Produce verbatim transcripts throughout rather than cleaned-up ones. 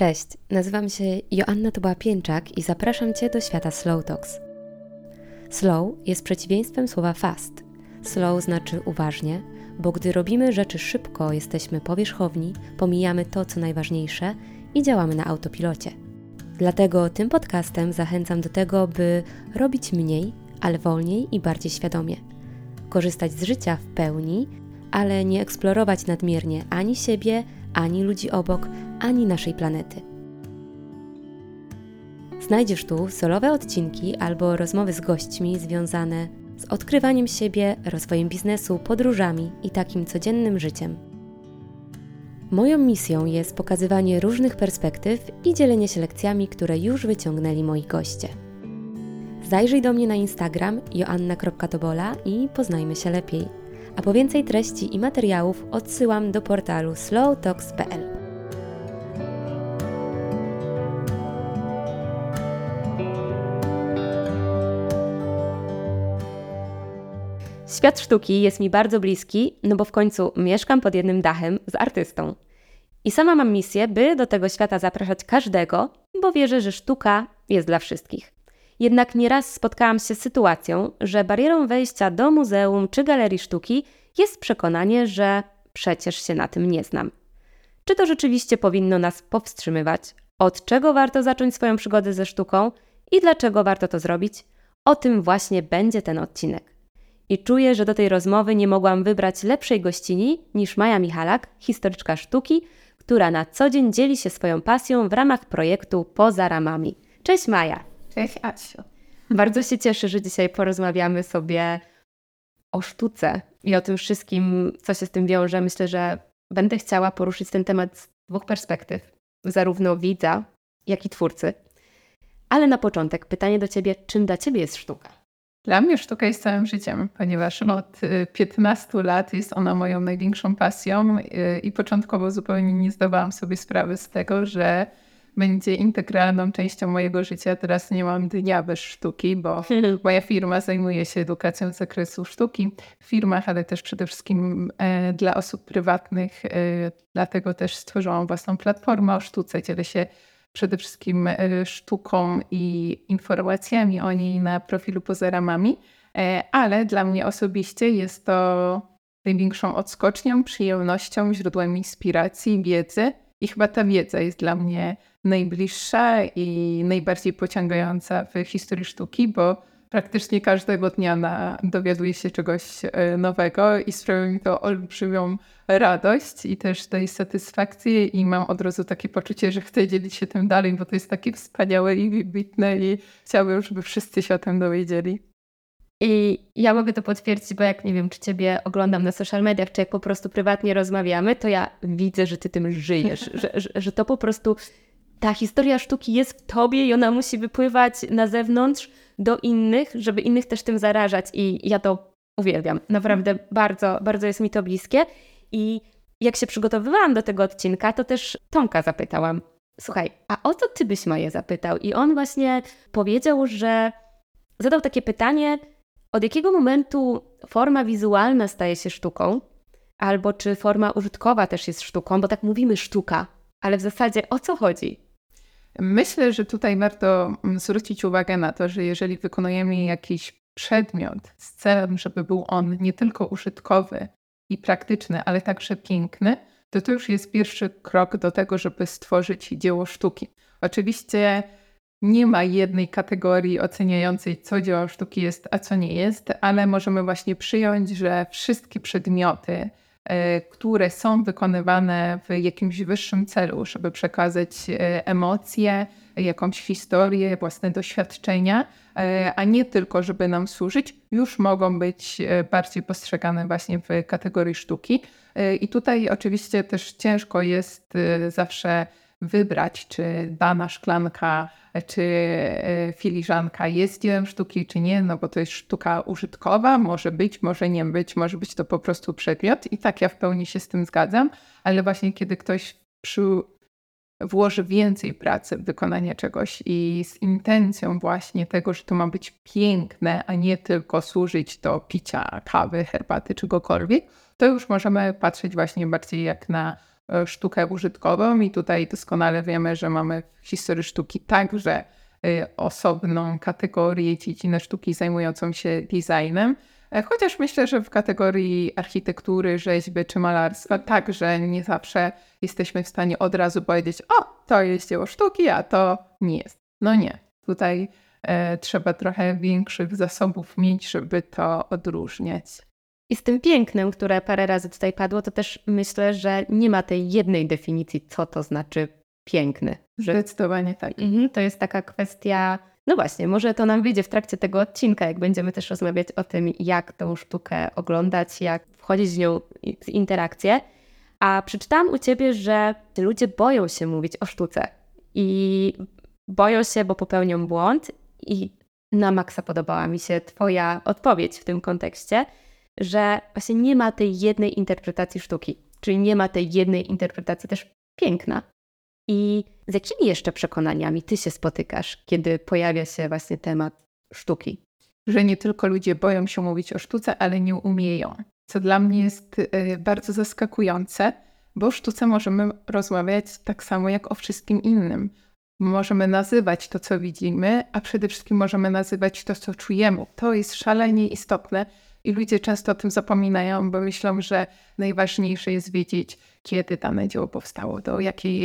Cześć, nazywam się Joanna Toboła-Pieńczak i zapraszam Cię do świata Slow Talks. Slow jest przeciwieństwem słowa fast. Slow znaczy uważnie, bo gdy robimy rzeczy szybko, jesteśmy powierzchowni, pomijamy to, co najważniejsze i działamy na autopilocie. Dlatego tym podcastem zachęcam do tego, by robić mniej, ale wolniej i bardziej świadomie. Korzystać z życia w pełni, ale nie eksplorować nadmiernie ani siebie, ani ludzi obok, ani naszej planety. Znajdziesz tu solowe odcinki albo rozmowy z gośćmi związane z odkrywaniem siebie, rozwojem biznesu, podróżami i takim codziennym życiem. Moją misją jest pokazywanie różnych perspektyw i dzielenie się lekcjami, które już wyciągnęli moi goście. Zajrzyj do mnie na Instagram joanna kropka tobola i poznajmy się lepiej. A po więcej treści i materiałów odsyłam do portalu slow talks kropka p l. Świat sztuki jest mi bardzo bliski, no bo w końcu mieszkam pod jednym dachem z artystą. I sama mam misję, by do tego świata zapraszać każdego, bo wierzę, że sztuka jest dla wszystkich. Jednak nieraz spotkałam się z sytuacją, że barierą wejścia do muzeum czy galerii sztuki jest przekonanie, że przecież się na tym nie znam. Czy to rzeczywiście powinno nas powstrzymywać? Od czego warto zacząć swoją przygodę ze sztuką i dlaczego warto to zrobić? O tym właśnie będzie ten odcinek. I czuję, że do tej rozmowy nie mogłam wybrać lepszej gościni niż Maja Michalak, historyczka sztuki, która na co dzień dzieli się swoją pasją w ramach projektu Poza Ramami. Cześć Maja! Cześć Asiu! Bardzo się cieszę, że dzisiaj porozmawiamy sobie o sztuce i o tym wszystkim, co się z tym wiąże. Myślę, że będę chciała poruszyć ten temat z dwóch perspektyw, zarówno widza, jak i twórcy. Ale na początek pytanie do Ciebie, czym dla Ciebie jest sztuka? Dla mnie sztuka jest całym życiem, ponieważ od piętnastu lat jest ona moją największą pasją i początkowo zupełnie nie zdawałam sobie sprawy z tego, że będzie integralną częścią mojego życia. Teraz nie mam dnia bez sztuki, bo moja firma zajmuje się edukacją z zakresu sztuki w firmach, ale też przede wszystkim e, dla osób prywatnych. E, dlatego też stworzyłam własną platformę o sztuce. Dzielę się przede wszystkim e, sztuką i informacjami o niej na profilu Poza Ramami, e, ale dla mnie osobiście jest to największą odskocznią, przyjemnością, źródłem inspiracji, wiedzy. I chyba ta wiedza jest dla mnie najbliższa i najbardziej pociągająca w historii sztuki, bo praktycznie każdego dnia na, dowiaduję się czegoś nowego i sprawia mi to olbrzymią radość i też daje satysfakcję i mam od razu takie poczucie, że chcę dzielić się tym dalej, bo to jest takie wspaniałe i wybitne i chciałabym, żeby wszyscy się o tym dowiedzieli. I ja mogę to potwierdzić, bo jak nie wiem, czy Ciebie oglądam na social mediach, czy jak po prostu prywatnie rozmawiamy, to ja widzę, że Ty tym żyjesz, że, że, że to po prostu ta historia sztuki jest w Tobie i ona musi wypływać na zewnątrz do innych, żeby innych też tym zarażać i ja to uwielbiam. Naprawdę bardzo, bardzo jest mi to bliskie i jak się przygotowywałam do tego odcinka, to też Tomka zapytałam, słuchaj, a o co Ty byś Maję zapytał? I on właśnie powiedział, że zadał takie pytanie, od jakiego momentu forma wizualna staje się sztuką, albo czy forma użytkowa też jest sztuką, bo tak mówimy sztuka, ale w zasadzie o co chodzi? Myślę, że tutaj warto zwrócić uwagę na to, że jeżeli wykonujemy jakiś przedmiot z celem, żeby był on nie tylko użytkowy i praktyczny, ale także piękny, to to już jest pierwszy krok do tego, żeby stworzyć dzieło sztuki. Oczywiście nie ma jednej kategorii oceniającej, co dzieło sztuki jest, a co nie jest, ale możemy właśnie przyjąć, że wszystkie przedmioty, które są wykonywane w jakimś wyższym celu, żeby przekazać emocje, jakąś historię, własne doświadczenia, a nie tylko, żeby nam służyć, już mogą być bardziej postrzegane właśnie w kategorii sztuki. I tutaj oczywiście też ciężko jest zawsze wybrać, czy dana szklanka, czy filiżanka jest dziełem sztuki, czy nie, no bo to jest sztuka użytkowa, może być, może nie być, może być to po prostu przedmiot i tak ja w pełni się z tym zgadzam, ale właśnie kiedy ktoś przy... włoży więcej pracy w wykonanie czegoś i z intencją właśnie tego, że to ma być piękne, a nie tylko służyć do picia kawy, herbaty, czegokolwiek, to już możemy patrzeć właśnie bardziej jak na sztukę użytkową i tutaj doskonale wiemy, że mamy w historii sztuki także osobną kategorię dziedzinę sztuki zajmującą się designem. Chociaż myślę, że w kategorii architektury, rzeźby czy malarstwa także nie zawsze jesteśmy w stanie od razu powiedzieć: o, to jest dzieło sztuki, a to nie jest. No nie. Tutaj e, trzeba trochę większych zasobów mieć, żeby to odróżniać. I z tym pięknem, które parę razy tutaj padło, to też myślę, że nie ma tej jednej definicji, co to znaczy piękny. Że... Zdecydowanie tak. Mhm, to jest taka kwestia... No właśnie, może to nam wyjdzie w trakcie tego odcinka, jak będziemy też rozmawiać o tym, jak tą sztukę oglądać, jak wchodzić w nią w interakcję. A przeczytałam u Ciebie, że ludzie boją się mówić o sztuce i boją się, bo popełnią błąd i na maksa podobała mi się Twoja odpowiedź w tym kontekście, że właśnie nie ma tej jednej interpretacji sztuki, czyli nie ma tej jednej interpretacji też piękna. I z jakimi jeszcze przekonaniami Ty się spotykasz, kiedy pojawia się właśnie temat sztuki? Że nie tylko ludzie boją się mówić o sztuce, ale nie umieją. Co dla mnie jest bardzo zaskakujące, bo o sztuce możemy rozmawiać tak samo jak o wszystkim innym. Możemy nazywać to, co widzimy, a przede wszystkim możemy nazywać to, co czujemy. To jest szalenie istotne i ludzie często o tym zapominają, bo myślą, że najważniejsze jest wiedzieć, kiedy dane dzieło powstało, do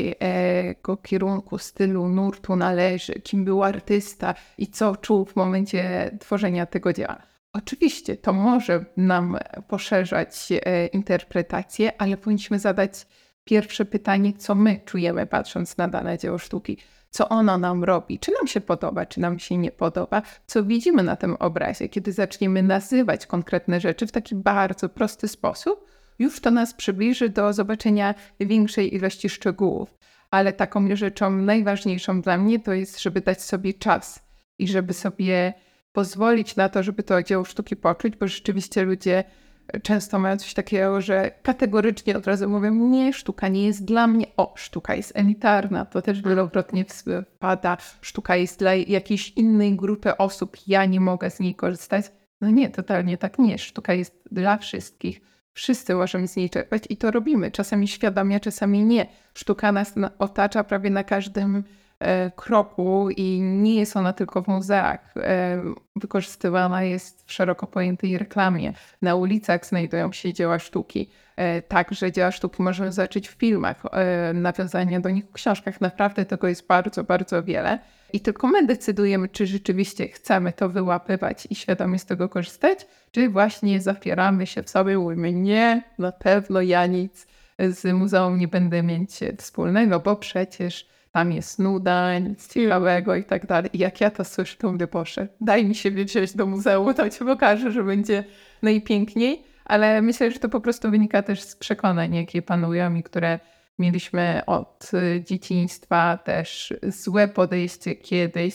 jakiego kierunku, stylu, nurtu należy, kim był artysta i co czuł w momencie tworzenia tego dzieła. Oczywiście to może nam poszerzać interpretację, ale powinniśmy zadać pierwsze pytanie, co my czujemy, patrząc na dane dzieło sztuki. Co ono nam robi, czy nam się podoba, czy nam się nie podoba, co widzimy na tym obrazie. Kiedy zaczniemy nazywać konkretne rzeczy w taki bardzo prosty sposób, już to nas przybliży do zobaczenia większej ilości szczegółów. Ale taką rzeczą najważniejszą dla mnie to jest, żeby dać sobie czas i żeby sobie pozwolić na to, żeby to dzieło sztuki poczuć, bo rzeczywiście ludzie często mają coś takiego, że kategorycznie od razu mówią: nie, sztuka nie jest dla mnie, o, sztuka jest elitarna, to też wielokrotnie wpada, sztuka jest dla jakiejś innej grupy osób, ja nie mogę z niej korzystać. No nie, totalnie tak nie, sztuka jest dla wszystkich, wszyscy możemy z niej czerpać i to robimy, czasami świadomie, czasami nie. Sztuka nas otacza prawie na każdym e, kroku i nie jest ona tylko w muzeach. E, wykorzystywana jest w szeroko pojętej reklamie. Na ulicach znajdują się dzieła sztuki. E, także dzieła sztuki możemy zobaczyć w filmach, e, nawiązania do nich w książkach. Naprawdę tego jest bardzo, bardzo wiele. I tylko my decydujemy, czy rzeczywiście chcemy to wyłapywać i świadomie z tego korzystać, czy właśnie zapieramy się w sobie, mówimy: nie, na pewno ja nic z muzeum nie będę mieć wspólnego, bo przecież tam jest nuda, nic ciekawego i tak dalej. I jak ja to słyszę, to mówię: Boże, daj mi się wziąć do muzeum, to ci pokażę, że będzie najpiękniej. Ale myślę, że to po prostu wynika też z przekonań, jakie panują i które mieliśmy od dzieciństwa, też złe podejście kiedyś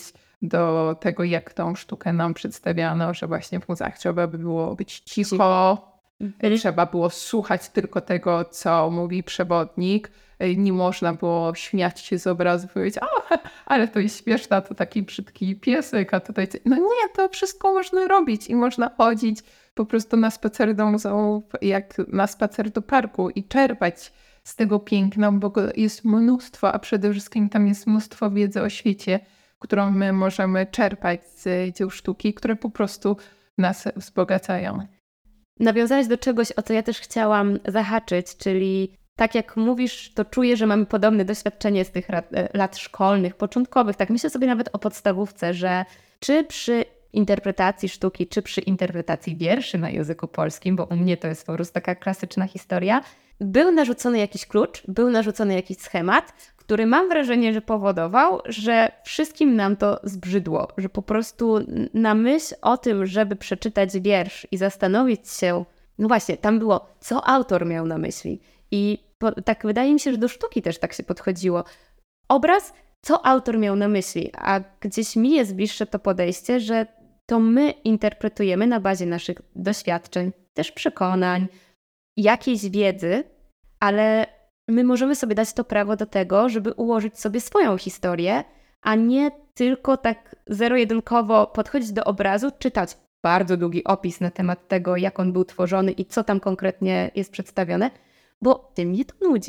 do tego, jak tą sztukę nam przedstawiano, że właśnie w muzeach trzeba by było być cicho, mhm. trzeba było słuchać tylko tego, co mówi przewodnik, nie można było śmiać się z obrazu i powiedzieć: o, ale to jest śmieszne, to taki brzydki piesek, a tutaj... No nie, to wszystko można robić i można chodzić po prostu na spacer do muzeum, jak na spacer do parku i czerpać z tego piękna, bo jest mnóstwo, a przede wszystkim tam jest mnóstwo wiedzy o świecie, którą my możemy czerpać z dzieł sztuki, które po prostu nas wzbogacają. Nawiązałeś do czegoś, o co ja też chciałam zahaczyć, czyli tak jak mówisz, to czuję, że mamy podobne doświadczenie z tych lat, lat szkolnych, początkowych. Tak myślę sobie nawet o podstawówce, że czy przy interpretacji sztuki, czy przy interpretacji wierszy na języku polskim, bo u mnie to jest po prostu taka klasyczna historia, był narzucony jakiś klucz, był narzucony jakiś schemat, który mam wrażenie, że powodował, że wszystkim nam to zbrzydło, że po prostu na myśl o tym, żeby przeczytać wiersz i zastanowić się, no właśnie, tam było, co autor miał na myśli. I po, tak wydaje mi się, że do sztuki też tak się podchodziło. Obraz, co autor miał na myśli, a gdzieś mi jest bliższe to podejście, że to my interpretujemy na bazie naszych doświadczeń, też przekonań, jakiejś wiedzy, ale my możemy sobie dać to prawo do tego, żeby ułożyć sobie swoją historię, a nie tylko tak zero-jedynkowo podchodzić do obrazu, czytać bardzo długi opis na temat tego, jak on był tworzony i co tam konkretnie jest przedstawione, bo tym mnie to nudzi.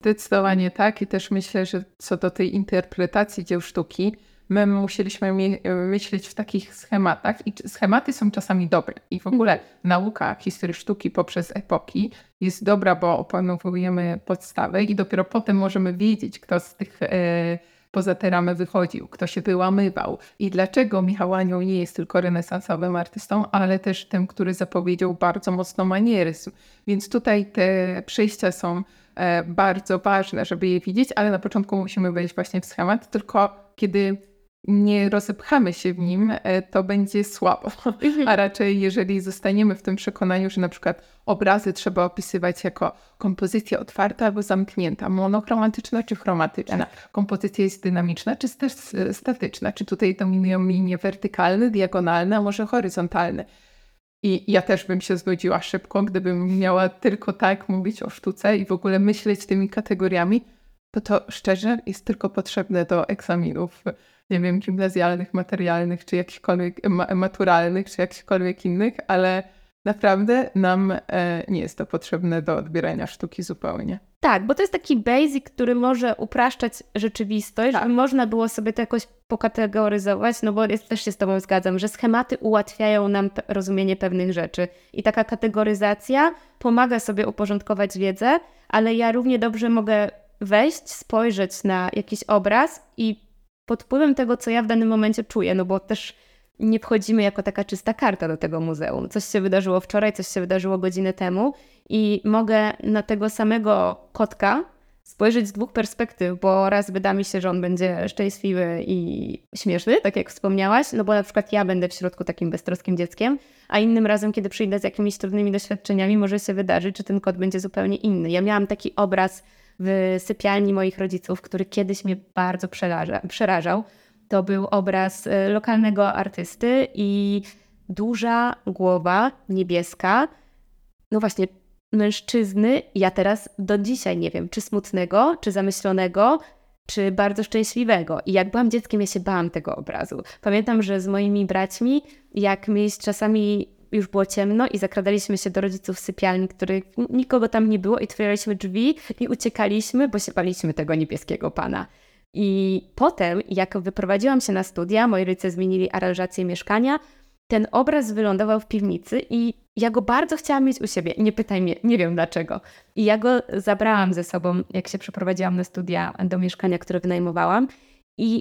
Zdecydowanie tak i też myślę, że co do tej interpretacji dzieł sztuki, my musieliśmy mie- myśleć w takich schematach i schematy są czasami dobre. I w ogóle nauka historii sztuki poprzez epoki jest dobra, bo opanowujemy podstawy i dopiero potem możemy wiedzieć, kto z tych e, poza te ramy wychodził, kto się wyłamywał i dlaczego Michał Anioł nie jest tylko renesansowym artystą, ale też tym, który zapowiedział bardzo mocno manieryzm. Więc tutaj te przejścia są e, bardzo ważne, żeby je widzieć, ale na początku musimy wejść właśnie w schemat, tylko kiedy nie rozepchamy się w nim, to będzie słabo. A raczej jeżeli zostaniemy w tym przekonaniu, że na przykład obrazy trzeba opisywać jako kompozycja otwarta albo zamknięta, monochromatyczna czy chromatyczna, kompozycja jest dynamiczna czy też statyczna, czy tutaj dominują linie wertykalne, diagonalne, a może horyzontalne. I ja też bym się zgodziła szybko, gdybym miała tylko tak mówić o sztuce i w ogóle myśleć tymi kategoriami, to to szczerze jest tylko potrzebne do egzaminów, nie wiem, gimnazjalnych, materialnych, czy jakichkolwiek ma- maturalnych, czy jakichkolwiek innych, ale naprawdę nam e, nie jest to potrzebne do odbierania sztuki zupełnie. Tak, bo to jest taki basic, który może upraszczać rzeczywistość, tak. Żeby można było sobie to jakoś pokategoryzować, no bo jest, też się z Tobą zgadzam, że schematy ułatwiają nam pe- rozumienie pewnych rzeczy i taka kategoryzacja pomaga sobie uporządkować wiedzę, ale ja równie dobrze mogę wejść, spojrzeć na jakiś obraz i pod wpływem tego, co ja w danym momencie czuję, no bo też nie wchodzimy jako taka czysta karta do tego muzeum. Coś się wydarzyło wczoraj, coś się wydarzyło godzinę temu i mogę na tego samego kotka spojrzeć z dwóch perspektyw, bo raz wyda mi się, że on będzie szczęśliwy i śmieszny, tak jak wspomniałaś, no bo na przykład ja będę w środku takim beztroskim dzieckiem, a innym razem, kiedy przyjdę z jakimiś trudnymi doświadczeniami, może się wydarzyć, że ten kot będzie zupełnie inny. Ja miałam taki obraz w sypialni moich rodziców, który kiedyś mnie bardzo przeraża, przerażał. To był obraz lokalnego artysty i duża głowa niebieska, no właśnie mężczyzny, ja teraz do dzisiaj nie wiem, czy smutnego, czy zamyślonego, czy bardzo szczęśliwego. I jak byłam dzieckiem, ja się bałam tego obrazu. Pamiętam, że z moimi braćmi, jak my czasami już było ciemno i zakradaliśmy się do rodziców sypialni, których nikogo tam nie było i otwieraliśmy drzwi i uciekaliśmy, bo się baliśmy tego niebieskiego pana. I potem, jak wyprowadziłam się na studia, moi rodzice zmienili aranżację mieszkania, ten obraz wylądował w piwnicy i ja go bardzo chciałam mieć u siebie. Nie pytaj mnie, nie wiem dlaczego. I ja go zabrałam ze sobą, jak się przeprowadziłam na studia do mieszkania, które wynajmowałam. I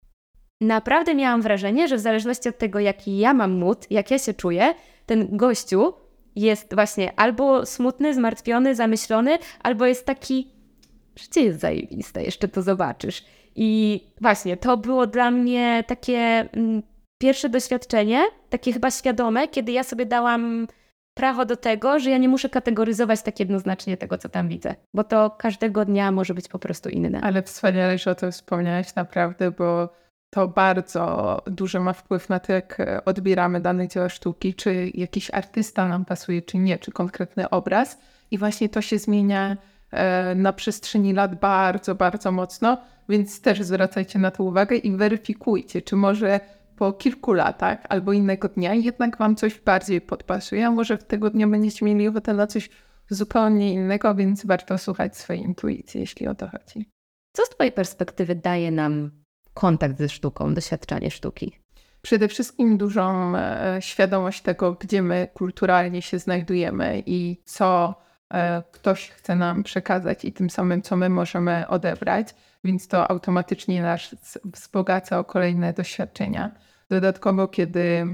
naprawdę miałam wrażenie, że w zależności od tego, jaki ja mam mood, jak ja się czuję, ten gościu jest właśnie albo smutny, zmartwiony, zamyślony, albo jest taki, życie jest zajebiste, jeszcze to zobaczysz. I właśnie to było dla mnie takie mm, pierwsze doświadczenie, takie chyba świadome, kiedy ja sobie dałam prawo do tego, że ja nie muszę kategoryzować tak jednoznacznie tego, co tam widzę, bo to każdego dnia może być po prostu inne. Ale wspaniale, że o tym wspomniałaś naprawdę, bo to bardzo duży ma wpływ na to, jak odbieramy dane dzieła sztuki, czy jakiś artysta nam pasuje, czy nie, czy konkretny obraz. I właśnie to się zmienia na przestrzeni lat bardzo, bardzo mocno, więc też zwracajcie na to uwagę i weryfikujcie, czy może po kilku latach albo innego dnia jednak Wam coś bardziej podpasuje, a może w tego dnia będziecie mieli ochotę na coś zupełnie innego, więc warto słuchać swojej intuicji, jeśli o to chodzi. Co z Twojej perspektywy daje nam kontakt ze sztuką, doświadczanie sztuki? Przede wszystkim dużą e, świadomość tego, gdzie my kulturalnie się znajdujemy i co e, ktoś chce nam przekazać i tym samym, co my możemy odebrać, więc to automatycznie nas wzbogaca o kolejne doświadczenia. Dodatkowo, kiedy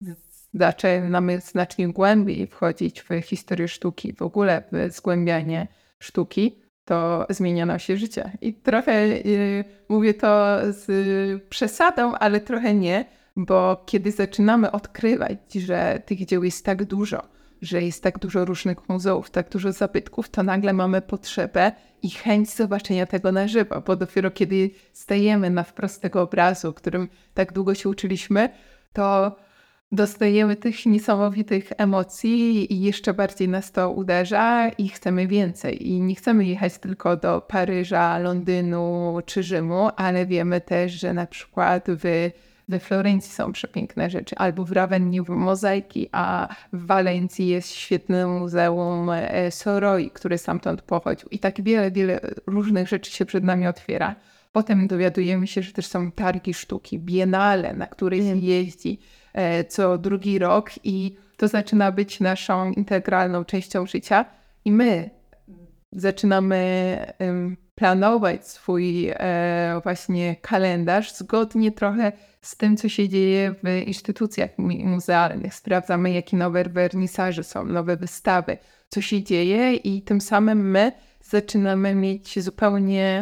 zaczynamy znacznie głębiej wchodzić w historię sztuki, w ogóle w zgłębianie sztuki, to zmienia nam się życie. I trochę yy, mówię to z yy, przesadą, ale trochę nie, bo kiedy zaczynamy odkrywać, że tych dzieł jest tak dużo, że jest tak dużo różnych muzeów, tak dużo zabytków, to nagle mamy potrzebę i chęć zobaczenia tego na żywo, bo dopiero kiedy stajemy na wprost tego obrazu, którym tak długo się uczyliśmy, to dostajemy tych niesamowitych emocji i jeszcze bardziej nas to uderza i chcemy więcej. I nie chcemy jechać tylko do Paryża, Londynu czy Rzymu, ale wiemy też, że na przykład w We Florencji są przepiękne rzeczy, albo w Rawenni w mozaiki, a w Walencji jest świetne muzeum Soroi, który stamtąd pochodził. I tak wiele, wiele różnych rzeczy się przed nami otwiera. Potem dowiadujemy się, że też są targi sztuki, biennale, na których się jeździ co drugi rok i to zaczyna być naszą integralną częścią życia. I my zaczynamy um, planować swój e, właśnie kalendarz zgodnie trochę z tym, co się dzieje w instytucjach muzealnych. Sprawdzamy, jakie nowe wernisaże są, nowe wystawy, co się dzieje i tym samym my zaczynamy mieć zupełnie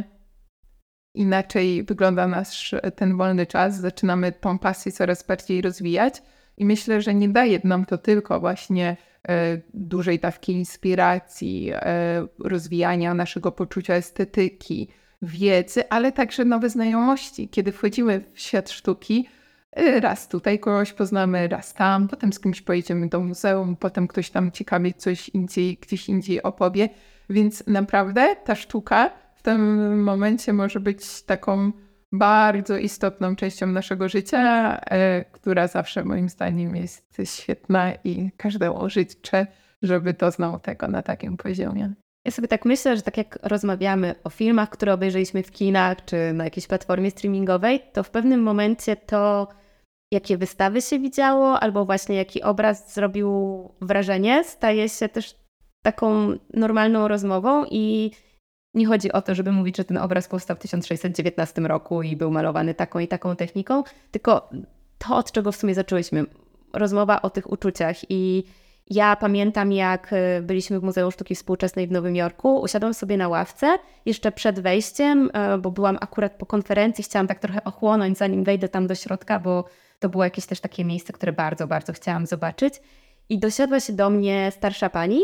inaczej wygląda nasz ten wolny czas. Zaczynamy tą pasję coraz bardziej rozwijać i myślę, że nie daje nam to tylko właśnie e, dużej dawki inspiracji, e, rozwijania naszego poczucia estetyki, wiedzy, ale także nowe znajomości. Kiedy wchodzimy w świat sztuki, e, raz tutaj kogoś poznamy, raz tam, potem z kimś pojedziemy do muzeum, potem ktoś tam ciekawie coś indziej, gdzieś indziej opowie. Więc naprawdę ta sztuka w tym momencie może być taką bardzo istotną częścią naszego życia, e, która zawsze moim zdaniem jest świetna i każdemu życzę, żeby doznał tego na takim poziomie. Ja sobie tak myślę, że tak jak rozmawiamy o filmach, które obejrzeliśmy w kinach czy na jakiejś platformie streamingowej, to w pewnym momencie to, jakie wystawy się widziało albo właśnie jaki obraz zrobił wrażenie, staje się też taką normalną rozmową i nie chodzi o to, żeby mówić, że ten obraz powstał w tysiąc sześćset dziewiętnastym roku i był malowany taką i taką techniką, tylko to, od czego w sumie zaczęłyśmy. Rozmowa o tych uczuciach i ja pamiętam, jak byliśmy w Muzeum Sztuki Współczesnej w Nowym Jorku, usiadłam sobie na ławce jeszcze przed wejściem, bo byłam akurat po konferencji, chciałam tak trochę ochłonąć, zanim wejdę tam do środka, bo to było jakieś też takie miejsce, które bardzo, bardzo chciałam zobaczyć. I dosiadła się do mnie starsza pani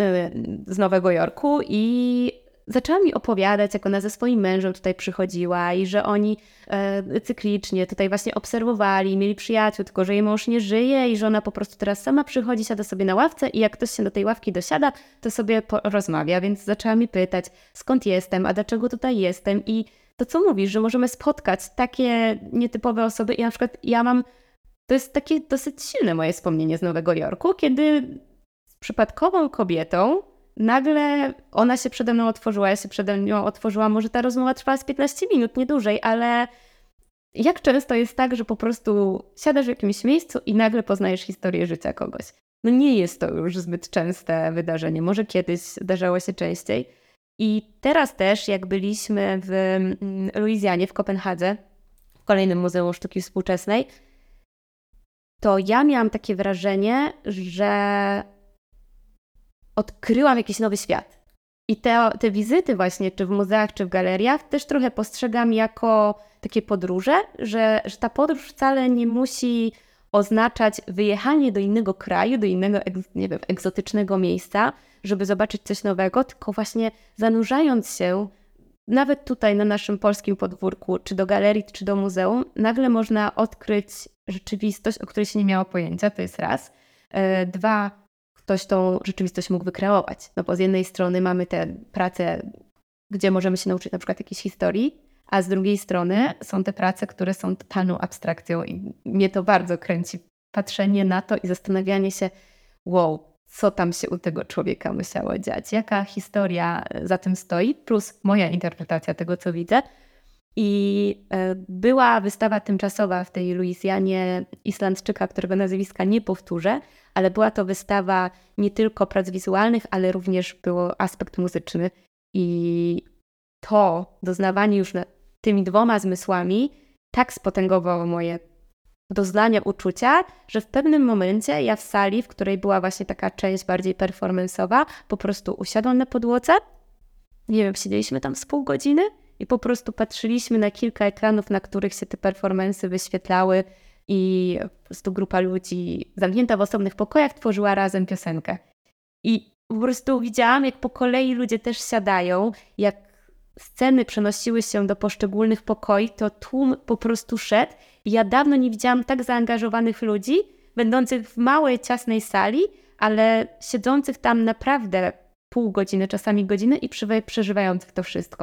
z Nowego Jorku i zaczęła mi opowiadać, jak ona ze swoim mężem tutaj przychodziła i że oni e, cyklicznie tutaj właśnie obserwowali, mieli przyjaciół, tylko że jej mąż nie żyje i że ona po prostu teraz sama przychodzi, siada sobie na ławce i jak ktoś się do tej ławki dosiada, to sobie porozmawia. Więc zaczęła mi pytać, skąd jestem, a dlaczego tutaj jestem i to, co mówisz, że możemy spotkać takie nietypowe osoby i na przykład ja mam, to jest takie dosyć silne moje wspomnienie z Nowego Jorku, kiedy z przypadkową kobietą nagle ona się przede mną otworzyła, ja się przede mną otworzyłam. Może ta rozmowa trwała z piętnaście minut, nie dłużej, ale jak często jest tak, że po prostu siadasz w jakimś miejscu i nagle poznajesz historię życia kogoś. No nie jest to już zbyt częste wydarzenie, może kiedyś zdarzało się częściej. I teraz też, jak byliśmy w Luizjanie, w Kopenhadze, w kolejnym Muzeum Sztuki Współczesnej, to ja miałam takie wrażenie, że odkryłam jakiś nowy świat. I te, te wizyty właśnie, czy w muzeach, czy w galeriach, też trochę postrzegam jako takie podróże, że, że ta podróż wcale nie musi oznaczać wyjechanie do innego kraju, do innego, nie wiem, egzotycznego miejsca, żeby zobaczyć coś nowego, tylko właśnie zanurzając się nawet tutaj na naszym polskim podwórku, czy do galerii, czy do muzeum, nagle można odkryć rzeczywistość, o której się nie miało pojęcia, to jest raz. Dwa, ktoś tą rzeczywistość mógł wykreować. No bo z jednej strony mamy te prace, gdzie możemy się nauczyć na przykład jakiejś historii, a z drugiej strony są te prace, które są totalną abstrakcją i mnie to bardzo kręci. Patrzenie na to i zastanawianie się, wow, co tam się u tego człowieka musiało dziać, jaka historia za tym stoi, plus moja interpretacja tego, co widzę. I była wystawa tymczasowa w tej Luizjanie Islandczyka, którego nazwiska nie powtórzę, ale była to wystawa nie tylko prac wizualnych, ale również był aspekt muzyczny. I to doznawanie już tymi dwoma zmysłami tak spotęgowało moje doznania, uczucia, że w pewnym momencie ja w sali, w której była właśnie taka część bardziej performance'owa, po prostu usiadłam na podłodze, nie wiem, siedzieliśmy tam z pół godziny i po prostu patrzyliśmy na kilka ekranów, na których się te performance'y wyświetlały i po prostu grupa ludzi zamknięta w osobnych pokojach tworzyła razem piosenkę. I po prostu widziałam, jak po kolei ludzie też siadają, jak sceny przenosiły się do poszczególnych pokoi, to tłum po prostu szedł. I ja dawno nie widziałam tak zaangażowanych ludzi, będących w małej, ciasnej sali, ale siedzących tam naprawdę pół godziny, czasami godziny i przeżywających to wszystko.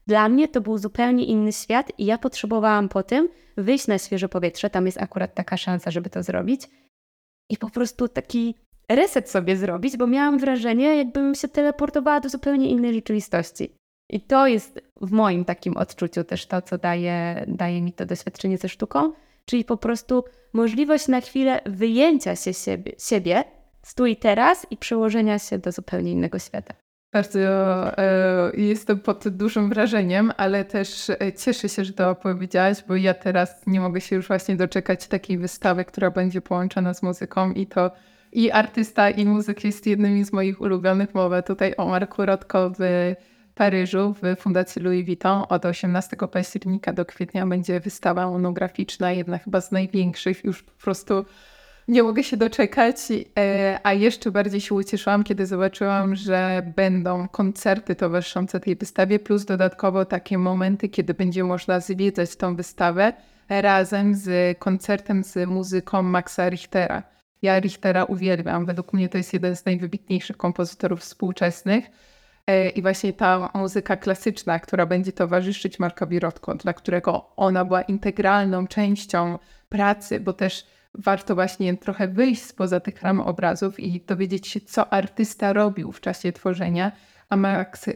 Dla mnie to był zupełnie inny świat i ja potrzebowałam po tym wyjść na świeże powietrze, tam jest akurat taka szansa, żeby to zrobić i po prostu taki reset sobie zrobić, bo miałam wrażenie, jakbym się teleportowała do zupełnie innej rzeczywistości. I to jest w moim takim odczuciu też to, co daje, daje mi to doświadczenie ze sztuką, czyli po prostu możliwość na chwilę wyjęcia się siebie, siebie z tu i teraz i przełożenia się do zupełnie innego świata. Bardzo e, jestem pod dużym wrażeniem, ale też e, cieszę się, że to opowiedziałaś, bo ja teraz nie mogę się już właśnie doczekać takiej wystawy, która będzie połączona z muzyką i to i artysta, i muzyk jest jednymi z moich ulubionych. Mowa tutaj o Marku Rothko w Paryżu w Fundacji Louis Vuitton. Od osiemnastego października do kwietnia będzie wystawa monograficzna, jedna chyba z największych. Już po prostu nie mogę się doczekać, a jeszcze bardziej się ucieszyłam, kiedy zobaczyłam, że będą koncerty towarzyszące tej wystawie, plus dodatkowo takie momenty, kiedy będzie można zwiedzać tą wystawę razem z koncertem z muzyką Maxa Richtera. Ja Richtera uwielbiam, według mnie to jest jeden z najwybitniejszych kompozytorów współczesnych i właśnie ta muzyka klasyczna, która będzie towarzyszyć Markowi Rothko, dla którego ona była integralną częścią pracy, bo też warto właśnie trochę wyjść spoza tych ram obrazów i dowiedzieć się, co artysta robił w czasie tworzenia, a, Max,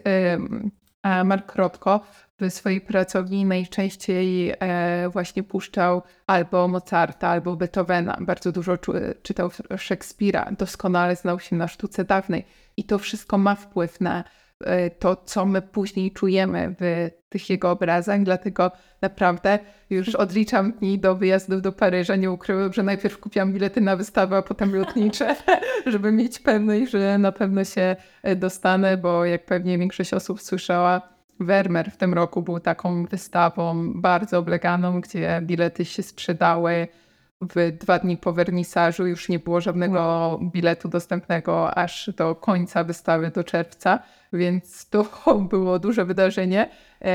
a Mark Rothko w swojej pracowni najczęściej właśnie puszczał albo Mozarta, albo Beethovena. Bardzo dużo czytał Szekspira, doskonale znał się na sztuce dawnej i to wszystko ma wpływ na to, co my później czujemy w tych jego obrazach, dlatego naprawdę już odliczam dni do wyjazdu do Paryża. Nie ukrywam, że najpierw kupiłam bilety na wystawę, a potem lotnicze, żeby mieć pewność, że na pewno się dostanę, bo jak pewnie większość osób słyszała, Vermeer w tym roku był taką wystawą bardzo obleganą, gdzie bilety się sprzedały w dwa dni po wernisażu. Już nie było żadnego biletu dostępnego aż do końca wystawy, do czerwca, więc to było duże wydarzenie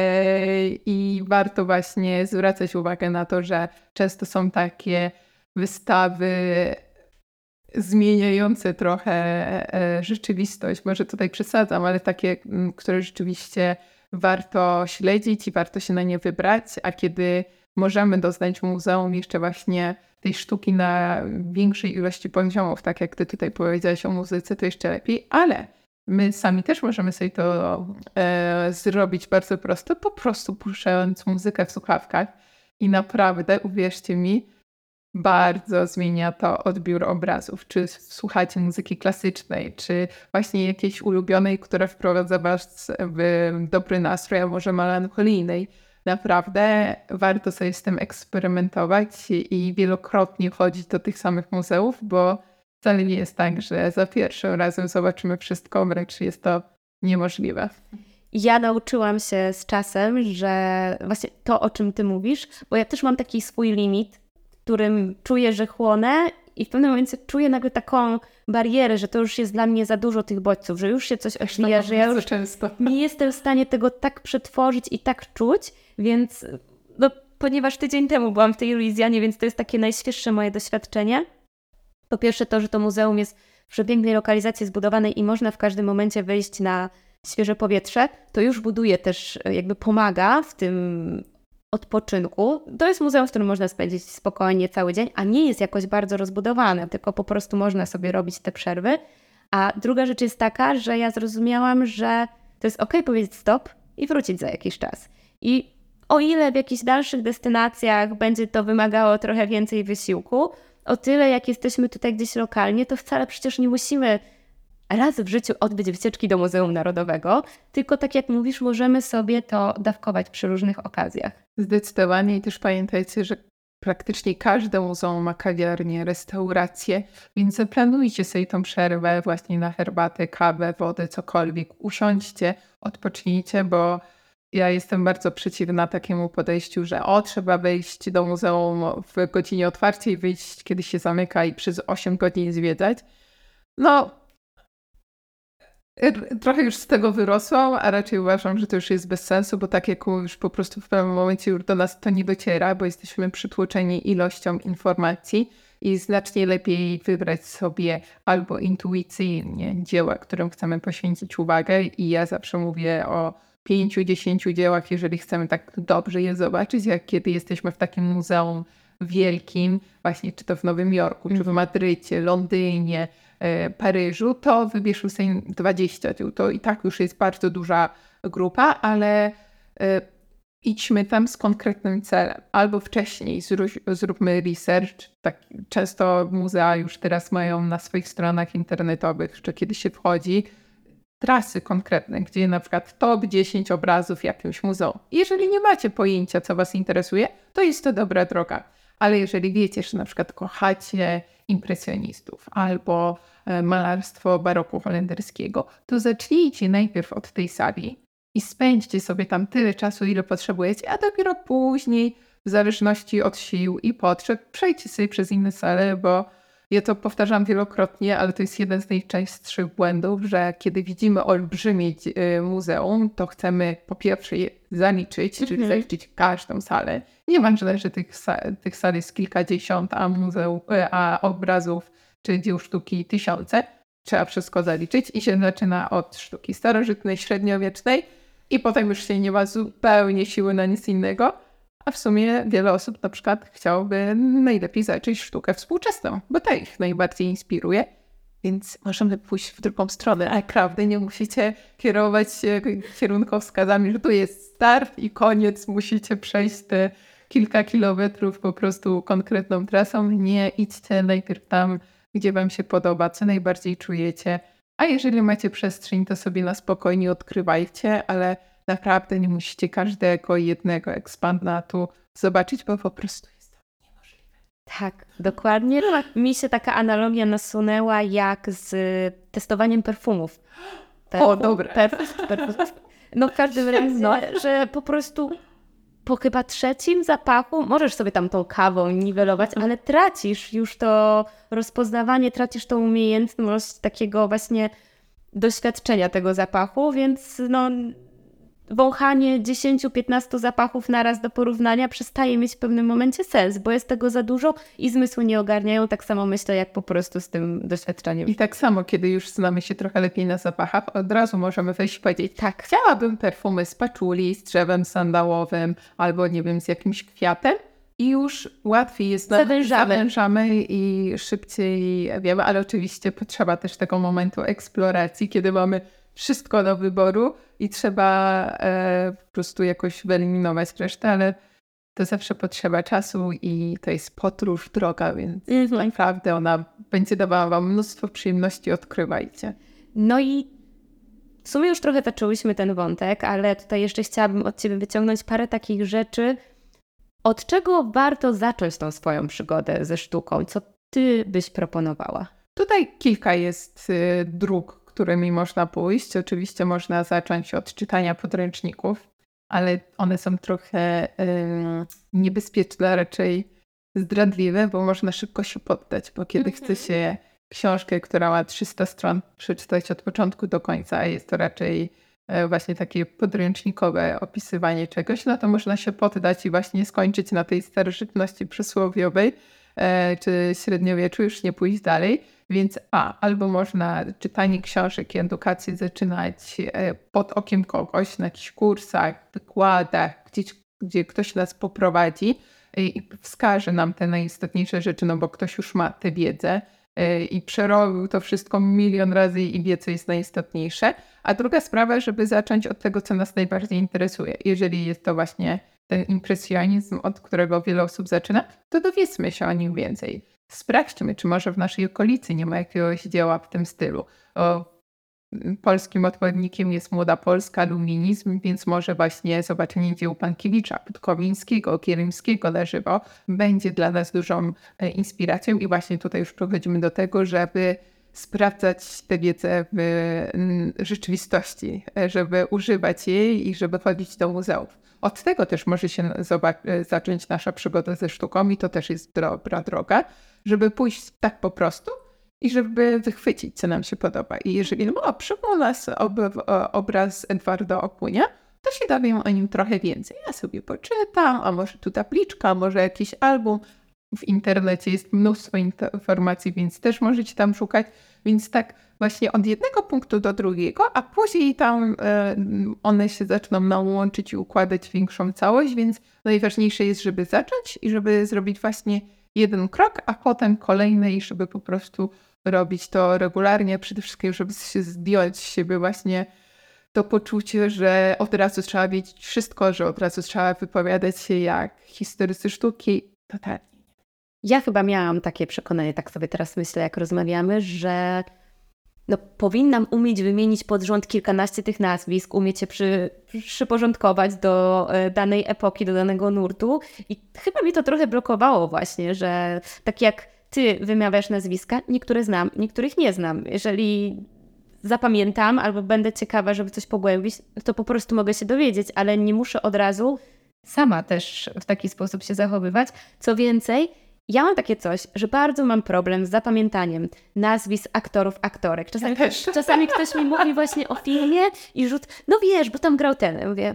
i warto właśnie zwracać uwagę na to, że często są takie wystawy zmieniające trochę rzeczywistość. Może tutaj przesadzam, ale takie, które rzeczywiście warto śledzić i warto się na nie wybrać, a kiedy możemy doznać w muzeum jeszcze właśnie tej sztuki na większej ilości poziomów, tak jak ty tutaj powiedziałaś o muzyce, to jeszcze lepiej, ale my sami też możemy sobie to e, zrobić bardzo prosto, po prostu puszczając muzykę w słuchawkach i naprawdę, uwierzcie mi, bardzo zmienia to odbiór obrazów. Czy słuchacie muzyki klasycznej, czy właśnie jakiejś ulubionej, która wprowadza was w dobry nastrój, a może melancholijnej. Naprawdę warto sobie z tym eksperymentować i wielokrotnie chodzić do tych samych muzeów, bo wcale nie jest tak, że za pierwszym razem zobaczymy wszystko, wręcz jest to niemożliwe. Ja nauczyłam się z czasem, że właśnie to, o czym ty mówisz, bo ja też mam taki swój limit, w którym czuję, że chłonę i w pewnym momencie czuję nagle taką barierę, że to już jest dla mnie za dużo tych bodźców, że już się coś odbija, że ja już często. nie jestem w stanie tego tak przetworzyć i tak czuć, więc no, ponieważ tydzień temu byłam w tej Luizjanie, więc to jest takie najświeższe moje doświadczenie. Po pierwsze to, że to muzeum jest w przepięknej lokalizacji zbudowanej i można w każdym momencie wyjść na świeże powietrze, to już buduje też, jakby pomaga w tym odpoczynku. To jest muzeum, w którym można spędzić spokojnie cały dzień, a nie jest jakoś bardzo rozbudowane, tylko po prostu można sobie robić te przerwy. A druga rzecz jest taka, że ja zrozumiałam, że to jest okej powiedzieć stop i wrócić za jakiś czas. I o ile w jakichś dalszych destynacjach będzie to wymagało trochę więcej wysiłku, o tyle jak jesteśmy tutaj gdzieś lokalnie, to wcale przecież nie musimy raz w życiu odbyć wycieczki do Muzeum Narodowego, tylko tak jak mówisz, możemy sobie to dawkować przy różnych okazjach. Zdecydowanie i też pamiętajcie, że praktycznie każde muzeum ma kawiarnię, restaurację, więc zaplanujcie sobie tą przerwę właśnie na herbatę, kawę, wodę, cokolwiek. Usiądźcie, odpocznijcie, bo ja jestem bardzo przeciwna takiemu podejściu, że o, trzeba wejść do muzeum w godzinie otwarcia i wyjść, kiedy się zamyka i przez osiem godzin zwiedzać. No, trochę już z tego wyrosłam, a raczej uważam, że to już jest bez sensu, bo tak jak już po prostu w pewnym momencie już do nas to nie dociera, bo jesteśmy przytłoczeni ilością informacji i znacznie lepiej wybrać sobie albo intuicyjnie dzieła, którym chcemy poświęcić uwagę i ja zawsze mówię o pięciu, dziesięciu dziełach, jeżeli chcemy tak dobrze je zobaczyć, jak kiedy jesteśmy w takim muzeum wielkim, właśnie czy to w Nowym Jorku, czy w Madrycie, Londynie, e, Paryżu, to wybierzmy sobie dwadzieścia dzieł. To i tak już jest bardzo duża grupa, ale e, idźmy tam z konkretnym celem. Albo wcześniej zrób, zróbmy research. Tak, często muzea już teraz mają na swoich stronach internetowych, czy kiedy się wchodzi, trasy konkretne, gdzie na przykład top dziesięć obrazów w jakimś muzeum. Jeżeli nie macie pojęcia, co was interesuje, to jest to dobra droga. Ale jeżeli wiecie, że na przykład kochacie impresjonistów albo malarstwo baroku holenderskiego, to zacznijcie najpierw od tej sali i spędźcie sobie tam tyle czasu, ile potrzebujecie, a dopiero później, w zależności od sił i potrzeb, przejdźcie sobie przez inne sale, bo ja to powtarzam wielokrotnie, ale to jest jeden z najczęstszych błędów, że kiedy widzimy olbrzymie muzeum, to chcemy po pierwsze je zaliczyć, mm-hmm. czyli zaliczyć każdą salę. Nieważne, że tych, tych sal jest kilkadziesiąt, a, muzeum, a obrazów czy dzieł sztuki tysiące. Trzeba wszystko zaliczyć i się zaczyna od sztuki starożytnej, średniowiecznej i potem już się nie ma zupełnie siły na nic innego. A w sumie wiele osób na przykład chciałoby najlepiej zacząć sztukę współczesną, bo ta ich najbardziej inspiruje. Więc możemy pójść w drugą stronę. A naprawdę nie musicie kierować się kierunkowskazami, że tu jest start i koniec. Musicie przejść te kilka kilometrów po prostu konkretną trasą. Nie, idźcie najpierw tam, gdzie wam się podoba, co najbardziej czujecie. A jeżeli macie przestrzeń, to sobie na spokojnie odkrywajcie, ale naprawdę nie musicie każdego jednego eksponatu zobaczyć, bo po prostu jest to niemożliwe. Tak, dokładnie. Mi się taka analogia nasunęła jak z testowaniem perfumów. Perfum, o, dobra. Perfum, perfum. No w każdym razie, no, że po prostu po chyba trzecim zapachu możesz sobie tam tą kawą niwelować, ale tracisz już to rozpoznawanie, tracisz tą umiejętność takiego właśnie doświadczenia tego zapachu, więc no wąchanie dziesięć piętnaście zapachów naraz do porównania przestaje mieć w pewnym momencie sens, bo jest tego za dużo i zmysły nie ogarniają, tak samo myślę, jak po prostu z tym doświadczeniem. I tak samo, kiedy już znamy się trochę lepiej na zapachach, od razu możemy wejść i powiedzieć, tak, chciałabym perfumy z paczuli, z drzewem sandałowym, albo nie wiem, z jakimś kwiatem i już łatwiej jest na... Zawężamy. Zawężamy i szybciej wiemy, ale oczywiście potrzeba też tego momentu eksploracji, kiedy mamy wszystko do wyboru i trzeba e, po prostu jakoś wyeliminować resztę, ale to zawsze potrzeba czasu i to jest podróż, droga, więc mm-hmm. naprawdę ona będzie dawała wam mnóstwo przyjemności, odkrywajcie. No i w sumie już trochę zaczęłyśmy ten wątek, ale tutaj jeszcze chciałabym od ciebie wyciągnąć parę takich rzeczy. Od czego warto zacząć tą swoją przygodę ze sztuką? Co ty byś proponowała? Tutaj kilka jest y, dróg, którymi można pójść. Oczywiście można zacząć od czytania podręczników, ale one są trochę y, niebezpieczne, raczej zdradliwe, bo można szybko się poddać, bo kiedy mm-hmm. chce się książkę, która ma trzysta stron, przeczytać od początku do końca, a jest to raczej y, właśnie takie podręcznikowe opisywanie czegoś, no to można się poddać i właśnie skończyć na tej starożytności przysłowiowej, czy średniowieczu, już nie pójść dalej. Więc a, albo można czytanie książek i edukację zaczynać pod okiem kogoś, na jakichś kursach, wykładach, gdzieś, gdzie ktoś nas poprowadzi i wskaże nam te najistotniejsze rzeczy, no bo ktoś już ma tę wiedzę i przerobił to wszystko milion razy i wie, co jest najistotniejsze. A druga sprawa, żeby zacząć od tego, co nas najbardziej interesuje. Jeżeli jest to właśnie ten impresjonizm, od którego wiele osób zaczyna, to dowiedzmy się o nim więcej. Sprawdźmy, czy może w naszej okolicy nie ma jakiegoś dzieła w tym stylu. O, polskim odpowiednikiem jest Młoda Polska, luminizm, więc może właśnie zobaczenie dzieł Pankiewicza, Podkowińskiego, Kierimskiego na żywo będzie dla nas dużą inspiracją i właśnie tutaj już przechodzimy do tego, żeby sprawdzać tę wiedzę w rzeczywistości, żeby używać jej i żeby chodzić do muzeów. Od tego też może się zacząć nasza przygoda ze sztuką i to też jest dobra droga, żeby pójść tak po prostu i żeby wychwycić, co nam się podoba. I jeżeli no, przypomnę nas ob, obraz Edwarda Okunia, to się dowiem o nim trochę więcej. Ja sobie poczytam, a może tu tabliczka, może jakiś album. W internecie jest mnóstwo informacji, więc też możecie tam szukać. Więc tak właśnie od jednego punktu do drugiego, a później tam e, one się zaczną nam łączyć i układać w większą całość, więc najważniejsze jest, żeby zacząć i żeby zrobić właśnie jeden krok, a potem kolejny i żeby po prostu robić to regularnie, przede wszystkim, żeby się zdjąć z siebie właśnie to poczucie, że od razu trzeba wiedzieć wszystko, że od razu trzeba wypowiadać się jak historycy sztuki. Totalnie. Ja chyba miałam takie przekonanie, tak sobie teraz myślę, jak rozmawiamy, że no, powinnam umieć wymienić pod rząd kilkanaście tych nazwisk, umieć je przy, przyporządkować do danej epoki, do danego nurtu. I chyba mi to trochę blokowało właśnie, że tak jak ty wymawiasz nazwiska, niektóre znam, niektórych nie znam. Jeżeli zapamiętam albo będę ciekawa, żeby coś pogłębić, to po prostu mogę się dowiedzieć, ale nie muszę od razu sama też w taki sposób się zachowywać. Co więcej, ja mam takie coś, że bardzo mam problem z zapamiętaniem nazwisk aktorów, aktorek. Czasami, ja też. czasami ktoś mi mówi właśnie o filmie i rzut, no wiesz, bo tam grał ten. Ja mówię,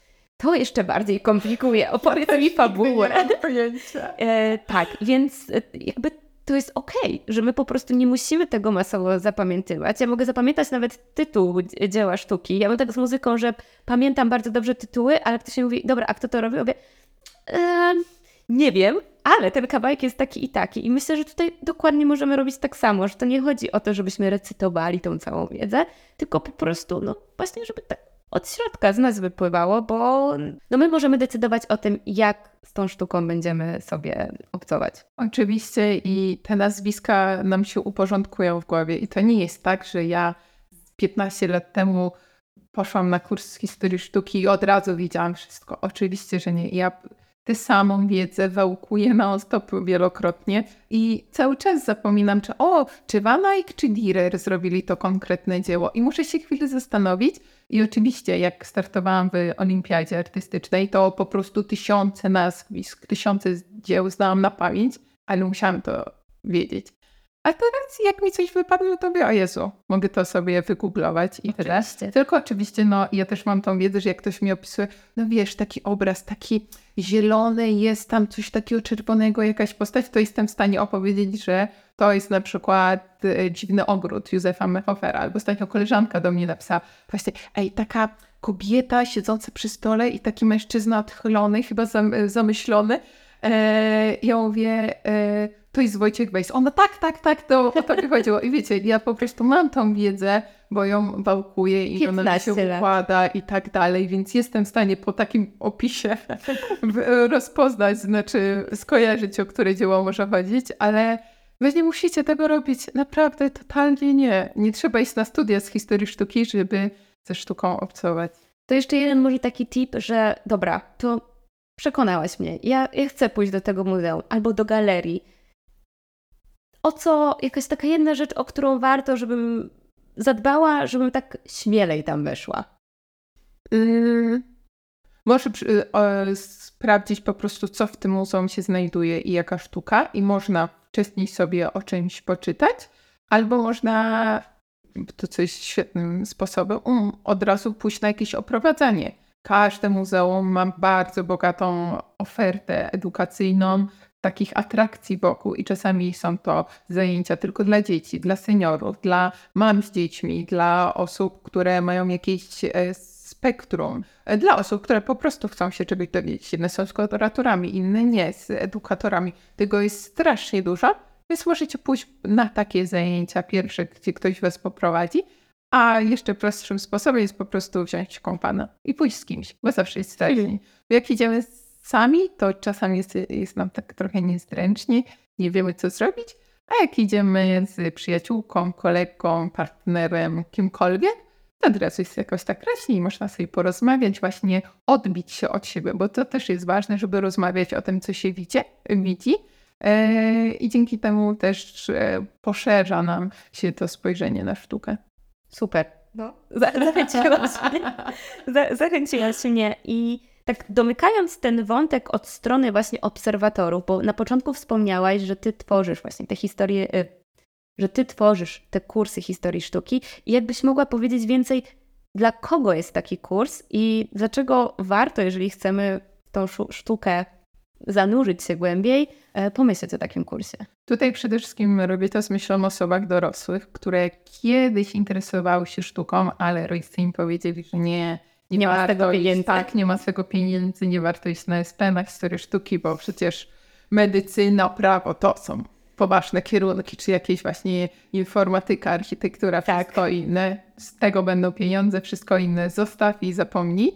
to jeszcze bardziej komplikuje, opowiedz mi fabułę. Nie mam pojęcia. E, tak, więc jakby to jest okej, że my po prostu nie musimy tego masowo zapamiętywać. Ja mogę zapamiętać nawet tytuł dzieła sztuki. Ja mam tak z muzyką, że pamiętam bardzo dobrze tytuły, ale ktoś mi mówi, dobra, a kto to robi? Ja mówię, e, nie wiem, ale ten kawałek jest taki i taki. I myślę, że tutaj dokładnie możemy robić tak samo, że to nie chodzi o to, żebyśmy recytowali tą całą wiedzę, tylko po prostu, no właśnie, żeby tak od środka z nas wypływało, bo no my możemy decydować o tym, jak z tą sztuką będziemy sobie obcować. Oczywiście i te nazwiska nam się uporządkują w głowie i to nie jest tak, że ja piętnaście lat temu poszłam na kurs historii sztuki i od razu wiedziałam wszystko. Oczywiście, że nie. Ja tę samą wiedzę wałkuję non-stop wielokrotnie i cały czas zapominam, czy o, czy Van Eyck, czy Dürer zrobili to konkretne dzieło i muszę się chwilę zastanowić. I oczywiście, jak startowałam w olimpiadzie artystycznej, to po prostu tysiące nazwisk, tysiące dzieł znałam na pamięć, ale musiałam to wiedzieć. A teraz jak mi coś wypadło, to mówię, o Jezu, mogę to sobie wygooglować i tyle. Tylko oczywiście, no ja też mam tą wiedzę, że jak ktoś mi opisuje, no wiesz, taki obraz, taki zielony, jest tam coś takiego czerwonego, jakaś postać, to jestem w stanie opowiedzieć, że to jest na przykład e, Dziwny ogród Józefa Mehofera, albo ostatnio koleżanka do mnie napisała, właśnie, ej, taka kobieta siedząca przy stole i taki mężczyzna odchylony, chyba zam, zamyślony. E, ja mówię, e, to jest Wojciech Bejs. Ona tak, tak, tak, to o to mi chodziło. I wiecie, ja po prostu mam tą wiedzę, bo ją wałkuję i ona się układa i tak dalej, więc jestem w stanie po takim opisie rozpoznać, znaczy skojarzyć, o które dzieło może chodzić, ale wy nie musicie tego robić. Naprawdę, totalnie nie. Nie trzeba iść na studia z historii sztuki, żeby ze sztuką obcować. To jeszcze jeden może taki tip, że dobra, to przekonałaś mnie. Ja, ja chcę pójść do tego muzeum albo do galerii. O co, jakaś taka jedna rzecz, o którą warto, żebym zadbała, żebym tak śmielej tam weszła? Yy, może przy, o, sprawdzić po prostu, co w tym muzeum się znajduje i jaka sztuka i można wcześniej sobie o czymś poczytać, albo można, to co jest świetnym sposobem, um, od razu pójść na jakieś oprowadzanie. Każde muzeum ma bardzo bogatą ofertę edukacyjną, takich atrakcji wokół i czasami są to zajęcia tylko dla dzieci, dla seniorów, dla mam z dziećmi, dla osób, które mają jakieś e, spektrum, e, dla osób, które po prostu chcą się czegoś dowiedzieć. Jedne są z kuratorami, inne nie, z edukatorami. Tego jest strasznie dużo, więc możecie pójść na takie zajęcia pierwsze, gdzie ktoś was poprowadzi, a jeszcze prostszym sposobem jest po prostu wziąć kompana i pójść z kimś, bo zawsze jest strasznie. Jak idziemy sami, to czasami jest, jest nam tak trochę niezręcznie, nie wiemy co zrobić, a jak idziemy z przyjaciółką, kolegą, partnerem, kimkolwiek, to od razu jest jakoś tak raźniej, można sobie porozmawiać, właśnie odbić się od siebie, bo to też jest ważne, żeby rozmawiać o tym, co się widzi, widzi. I dzięki temu też poszerza nam się to spojrzenie na sztukę. Super. No. Zachęciłaś mnie. Zachęciłaś mnie i tak domykając ten wątek od strony właśnie obserwatorów, bo na początku wspomniałaś, że ty tworzysz właśnie te historie, że ty tworzysz te kursy historii sztuki i jakbyś mogła powiedzieć więcej, dla kogo jest taki kurs i dlaczego warto, jeżeli chcemy tą sztukę zanurzyć się głębiej, pomyśleć o takim kursie? Tutaj przede wszystkim robię to z myślą o osobach dorosłych, które kiedyś interesowały się sztuką, ale rodzice im powiedzieli, że nie, nie, nie ma warto tego pieniędzy. Iść, tak, nie ma swego pieniędzy, nie warto iść na S P, na historię sztuki, bo przecież medycyna, prawo to są poważne kierunki, czy jakieś właśnie informatyka, architektura, wszystko tak. inne. Z tego będą pieniądze, wszystko inne zostaw i zapomnij.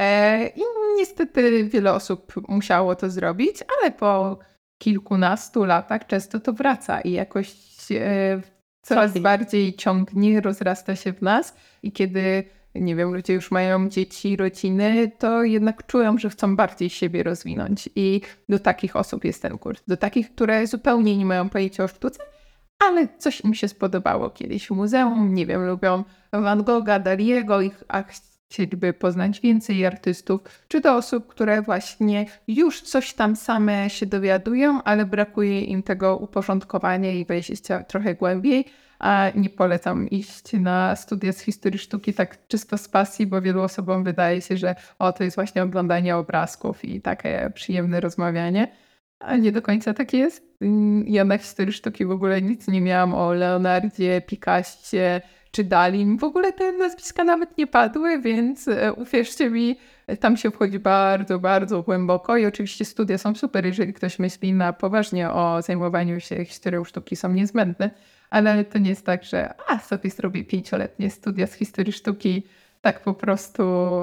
E, I niestety wiele osób musiało to zrobić, ale po kilkunastu latach często to wraca i jakoś e, coraz Ciągnie. bardziej ciągnie, rozrasta się w nas i kiedy, nie wiem, ludzie już mają dzieci, rodziny, to jednak czują, że chcą bardziej siebie rozwinąć i do takich osób jest ten kurs. Do takich, które zupełnie nie mają pojęcia o sztuce, ale coś im się spodobało kiedyś w muzeum, nie wiem, lubią Van Gogha, Daliego, ich, a chcieliby poznać więcej artystów, czy do osób, które właśnie już coś tam same się dowiadują, ale brakuje im tego uporządkowania i wejścia trochę głębiej, a nie polecam iść na studia z historii sztuki tak czysto z pasji, bo wielu osobom wydaje się, że o, to jest właśnie oglądanie obrazków i takie przyjemne rozmawianie, a nie do końca tak jest. Ja na historii sztuki w ogóle nic nie miałam o Leonardzie, Picassie czy Dalim. W ogóle te nazwiska nawet nie padły, więc uwierzcie mi, tam się wchodzi bardzo, bardzo głęboko i oczywiście studia są super, jeżeli ktoś myśli na poważnie o zajmowaniu się historią sztuki, są niezbędne, ale to nie jest tak, że a sobie zrobię pięcioletnie studia z historii sztuki tak po prostu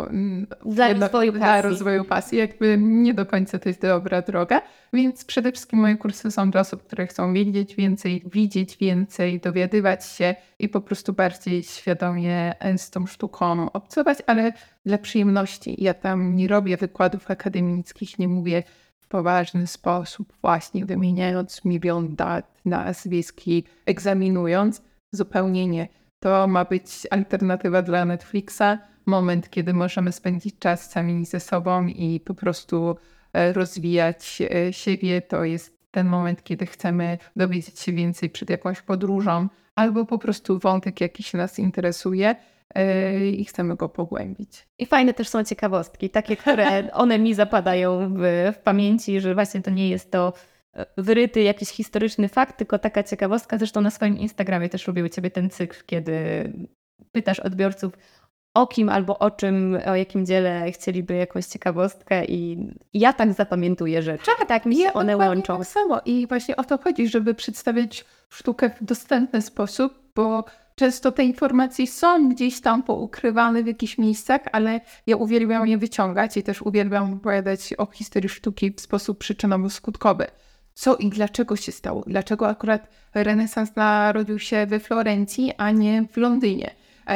dla, jedno, rozwoju, dla pasji. rozwoju pasji. Jakby nie do końca to jest dobra droga, więc przede wszystkim moje kursy są dla osób, które chcą wiedzieć więcej, widzieć więcej, dowiadywać się i po prostu bardziej świadomie z tą sztuką obcować, ale dla przyjemności. Ja tam nie robię wykładów akademickich, nie mówię w poważny sposób, właśnie wymieniając milion dat, nazwiski, egzaminując. Zupełnie nie. To ma być alternatywa dla Netflixa, moment, kiedy możemy spędzić czas sami ze sobą i po prostu rozwijać siebie. To jest ten moment, kiedy chcemy dowiedzieć się więcej przed jakąś podróżą albo po prostu wątek jakiś nas interesuje i chcemy go pogłębić. I fajne też są ciekawostki, takie, które one mi zapadają w, w pamięci, że właśnie to nie jest to wyryty jakiś historyczny fakt, tylko taka ciekawostka. Zresztą na swoim Instagramie też lubię u Ciebie ten cykl, kiedy pytasz odbiorców o kim albo o czym, o jakim dziele chcieliby jakąś ciekawostkę i ja tak zapamiętuję rzeczy. Tak, tak mi się ja one łączą. Tak samo i właśnie o to chodzi, żeby przedstawiać sztukę w dostępny sposób, bo często te informacje są gdzieś tam poukrywane w jakichś miejscach, ale ja uwielbiam je wyciągać i też uwielbiam opowiadać o historii sztuki w sposób przyczynowo-skutkowy. Co i dlaczego się stało? Dlaczego akurat renesans narodził się we Florencji, a nie w Londynie?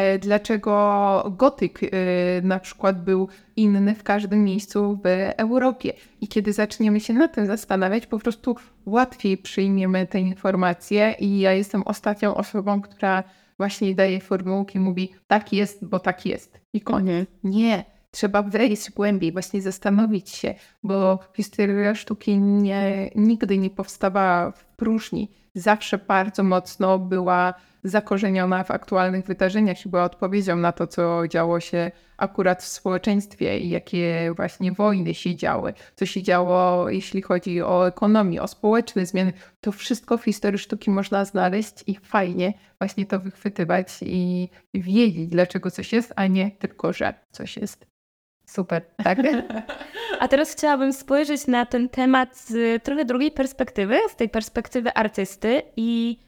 Dlaczego gotyk na przykład był inny w każdym miejscu w Europie? I kiedy zaczniemy się nad tym zastanawiać, po prostu łatwiej przyjmiemy te informacje i ja jestem ostatnią osobą, która właśnie daje formułki, mówi tak jest, bo tak jest. I koniec. Nie. Trzeba wejść głębiej, właśnie zastanowić się, bo historia sztuki nie, nigdy nie powstawała w próżni. Zawsze bardzo mocno była zakorzeniona w aktualnych wydarzeniach i była odpowiedzią na to, co działo się akurat w społeczeństwie i jakie właśnie wojny się działy, co się działo, jeśli chodzi o ekonomię, o społeczne zmiany. To wszystko w historii sztuki można znaleźć i fajnie właśnie to wychwytywać i wiedzieć, dlaczego coś jest, a nie tylko, że coś jest. Super, tak? A teraz chciałabym spojrzeć na ten temat z trochę drugiej perspektywy, z tej perspektywy artysty i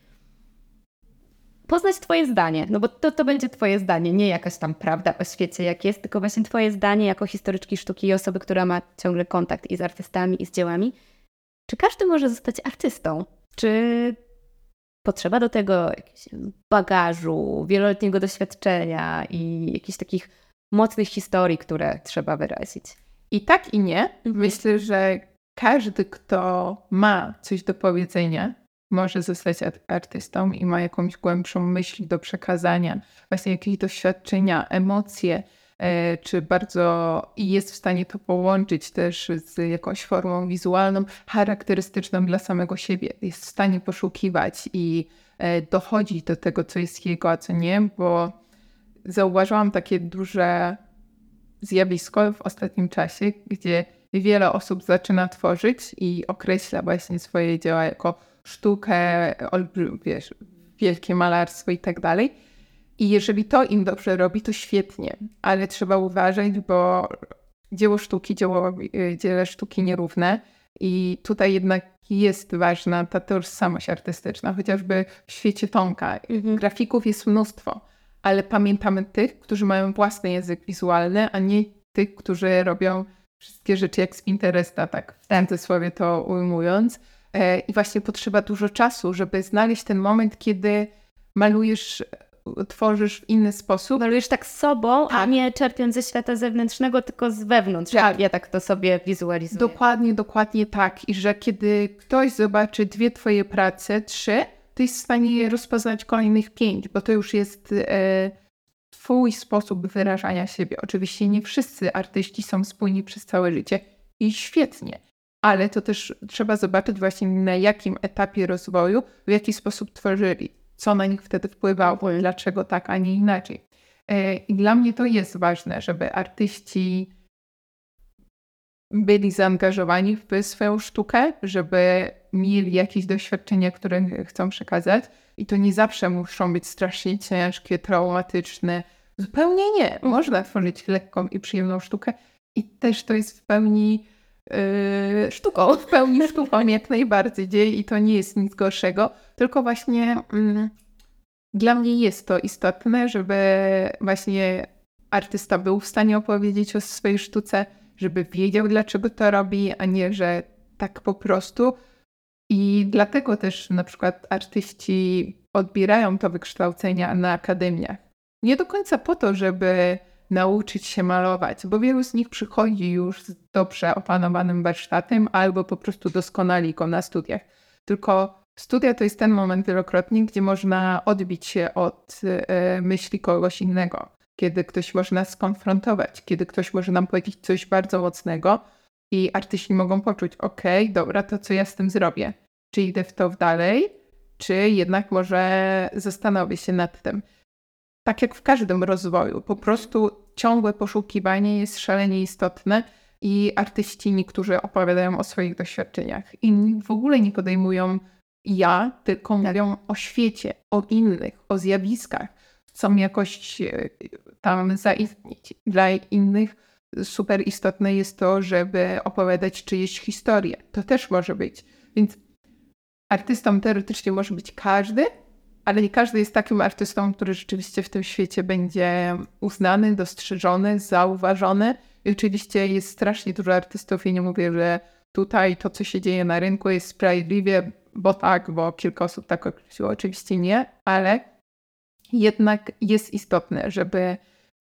poznać Twoje zdanie, no bo to, to będzie Twoje zdanie, nie jakaś tam prawda o świecie jak jest, tylko właśnie Twoje zdanie jako historyczki sztuki i osoby, która ma ciągle kontakt i z artystami, i z dziełami. Czy każdy może zostać artystą? Czy potrzeba do tego jakiegoś bagażu, wieloletniego doświadczenia i jakichś takich mocnych historii, które trzeba wyrazić? I tak i nie. Mhm. Myślę, że każdy, kto ma coś do powiedzenia, może zostać artystą i ma jakąś głębszą myśl do przekazania, właśnie jakieś doświadczenia, emocje, e, czy bardzo i jest w stanie to połączyć też z jakąś formą wizualną, charakterystyczną dla samego siebie. Jest w stanie poszukiwać i e, dochodzić do tego, co jest jego, a co nie, bo zauważyłam takie duże zjawisko w ostatnim czasie, gdzie wiele osób zaczyna tworzyć i określa właśnie swoje dzieła jako sztukę, wiesz, wielkie malarstwo i tak dalej. I jeżeli to im dobrze robi, to świetnie, ale trzeba uważać, bo dzieło sztuki, dzieło, dzieło sztuki nierówne i tutaj jednak jest ważna ta tożsamość artystyczna, chociażby w świecie Tomka. Mhm. Grafików jest mnóstwo, ale pamiętamy tych, którzy mają własny język wizualny, a nie tych, którzy robią wszystkie rzeczy jak z Pinteresta, tak w cudzysłowie to ujmując. I właśnie potrzeba dużo czasu, żeby znaleźć ten moment, kiedy malujesz, tworzysz w inny sposób. Malujesz tak z sobą, tak. a nie czerpiąc ze świata zewnętrznego, tylko z wewnątrz. Tak. Ja tak to sobie wizualizuję. Dokładnie, dokładnie tak. I że kiedy ktoś zobaczy dwie twoje prace, trzy, to jest w stanie rozpoznać kolejnych pięć, bo to już jest e, twój sposób wyrażania siebie. Oczywiście nie wszyscy artyści są spójni przez całe życie i świetnie. Ale to też trzeba zobaczyć właśnie na jakim etapie rozwoju, w jaki sposób tworzyli, co na nich wtedy wpływało, dlaczego tak, a nie inaczej. I dla mnie to jest ważne, żeby artyści byli zaangażowani w swoją sztukę, żeby mieli jakieś doświadczenia, które chcą przekazać i to nie zawsze muszą być strasznie ciężkie, traumatyczne. Zupełnie nie. Można tworzyć lekką i przyjemną sztukę i też to jest w pełni Yy, sztuką, w pełni sztuką jak najbardziej i to nie jest nic gorszego, tylko właśnie mm, dla mnie jest to istotne, żeby właśnie artysta był w stanie opowiedzieć o swojej sztuce, żeby wiedział, dlaczego to robi, a nie, że tak po prostu. I dlatego też na przykład artyści odbierają to wykształcenia na akademiach. Nie do końca po to, żeby nauczyć się malować, bo wielu z nich przychodzi już z dobrze opanowanym warsztatem albo po prostu doskonali go na studiach. Tylko studia to jest ten moment wielokrotnie, gdzie można odbić się od y, myśli kogoś innego, kiedy ktoś można skonfrontować, kiedy ktoś może nam powiedzieć coś bardzo mocnego i artyści mogą poczuć, okej, okay, dobra, to co ja z tym zrobię? Czy idę w to dalej, czy jednak może zastanowię się nad tym. Tak jak w każdym rozwoju, po prostu ciągłe poszukiwanie jest szalenie istotne i artyści niektórzy opowiadają o swoich doświadczeniach. Inni w ogóle nie podejmują ja, tylko mówią o świecie, o innych, o zjawiskach. Chcą jakoś tam zaistnieć. Dla innych super istotne jest to, żeby opowiadać czyjeś historie. To też może być. Więc artystą teoretycznie może być każdy, ale nie każdy jest takim artystą, który rzeczywiście w tym świecie będzie uznany, dostrzeżony, zauważony. I oczywiście jest strasznie dużo artystów i nie mówię, że tutaj to, co się dzieje na rynku jest sprawiedliwie, bo tak, bo kilka osób tak określiło. Oczywiście nie, ale jednak jest istotne, żeby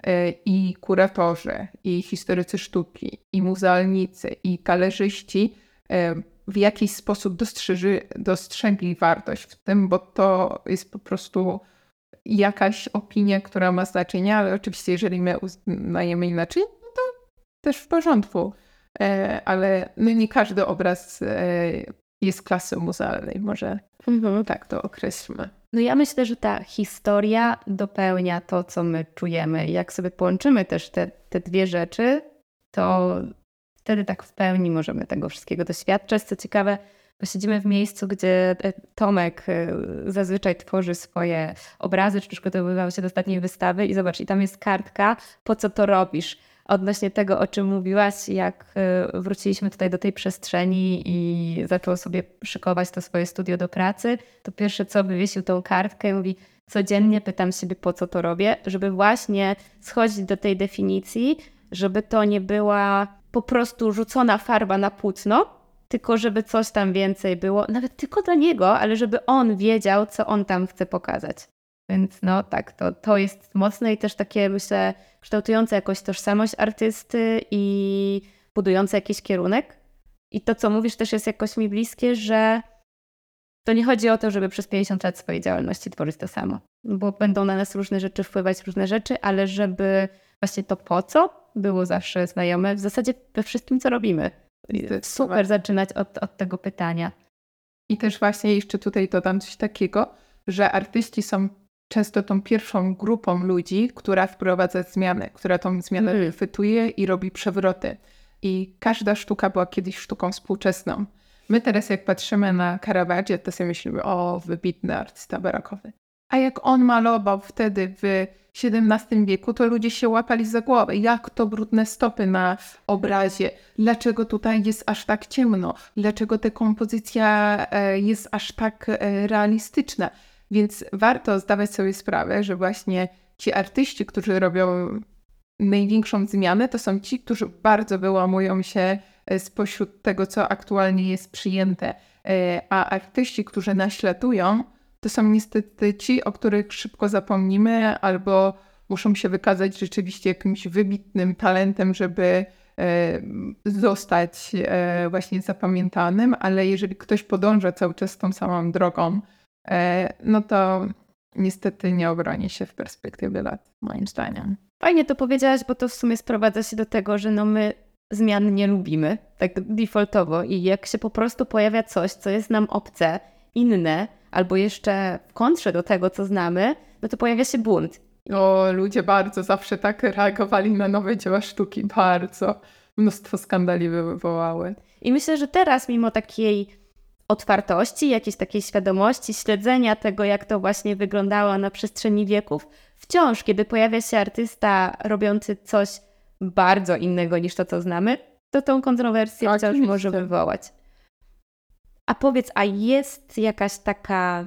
i kuratorzy, i historycy sztuki, i muzealnicy, i talerzyści w jakiś sposób dostrzeży, dostrzegli wartość w tym, bo to jest po prostu jakaś opinia, która ma znaczenie, ale oczywiście jeżeli my uznajemy inaczej, no to też w porządku. E, ale no nie każdy obraz e, jest klasy muzealnej, może mhm. tak to określmy. No ja myślę, że ta historia dopełnia to, co my czujemy. Jak sobie połączymy też te, te dwie rzeczy, to wtedy tak w pełni możemy tego wszystkiego doświadczać. Co ciekawe, bo siedzimy w miejscu, gdzie Tomek zazwyczaj tworzy swoje obrazy, czy przygotowywał się do ostatniej wystawy i zobacz, i tam jest kartka, po co to robisz. Odnośnie tego, o czym mówiłaś, jak wróciliśmy tutaj do tej przestrzeni i zaczął sobie szykować to swoje studio do pracy, to pierwsze co, wywiesił tą kartkę i mówi, codziennie pytam siebie, po co to robię, żeby właśnie schodzić do tej definicji, żeby to nie była po prostu rzucona farba na płótno, tylko żeby coś tam więcej było, nawet tylko dla niego, ale żeby on wiedział, co on tam chce pokazać. Więc no tak, to, to jest mocne i też takie, myślę, kształtujące jakoś tożsamość artysty i budujące jakiś kierunek. I to, co mówisz, też jest jakoś mi bliskie, że to nie chodzi o to, żeby przez pięćdziesiąt lat swojej działalności tworzyć to samo. Bo będą na nas różne rzeczy wpływać, różne rzeczy, ale żeby właśnie to po co było zawsze znajome w zasadzie we wszystkim, co robimy. Super zaczynać od, od tego pytania. I też właśnie jeszcze tutaj dodam coś takiego, że artyści są często tą pierwszą grupą ludzi, która wprowadza zmiany, która tą zmianę chwytuje i robi przewroty. i każda sztuka była kiedyś sztuką współczesną. My teraz jak patrzymy na Caravaggio, to sobie myślimy, o, wybitny artysta barokowy. A jak on malował wtedy w siedemnastym wieku, to ludzie się łapali za głowę. Jak to brudne stopy na obrazie? Dlaczego tutaj jest aż tak ciemno? Dlaczego ta kompozycja jest aż tak realistyczna? Więc warto zdawać sobie sprawę, że właśnie ci artyści, którzy robią największą zmianę, to są ci, którzy bardzo wyłamują się spośród tego, co aktualnie jest przyjęte. A artyści, którzy naśladują, to są niestety ci, o których szybko zapomnimy, albo muszą się wykazać rzeczywiście jakimś wybitnym talentem, żeby zostać właśnie zapamiętanym, ale jeżeli ktoś podąża cały czas tą samą drogą, no to niestety nie obroni się w perspektywie lat, moim zdaniem. Fajnie to powiedziałaś, bo to w sumie sprowadza się do tego, że no my zmian nie lubimy, tak defaultowo, i jak się po prostu pojawia coś, co jest nam obce, inne, albo jeszcze w kontrze do tego, co znamy, no to pojawia się bunt. O, ludzie bardzo zawsze tak reagowali na nowe dzieła sztuki, bardzo. Mnóstwo skandali wywołały. I myślę, że teraz mimo takiej otwartości, jakiejś takiej świadomości, śledzenia tego, jak to właśnie wyglądało na przestrzeni wieków, wciąż, kiedy pojawia się artysta robiący coś bardzo innego niż to, co znamy, to tą kontrowersję tak, wciąż może wywołać. A powiedz, a jest jakaś taka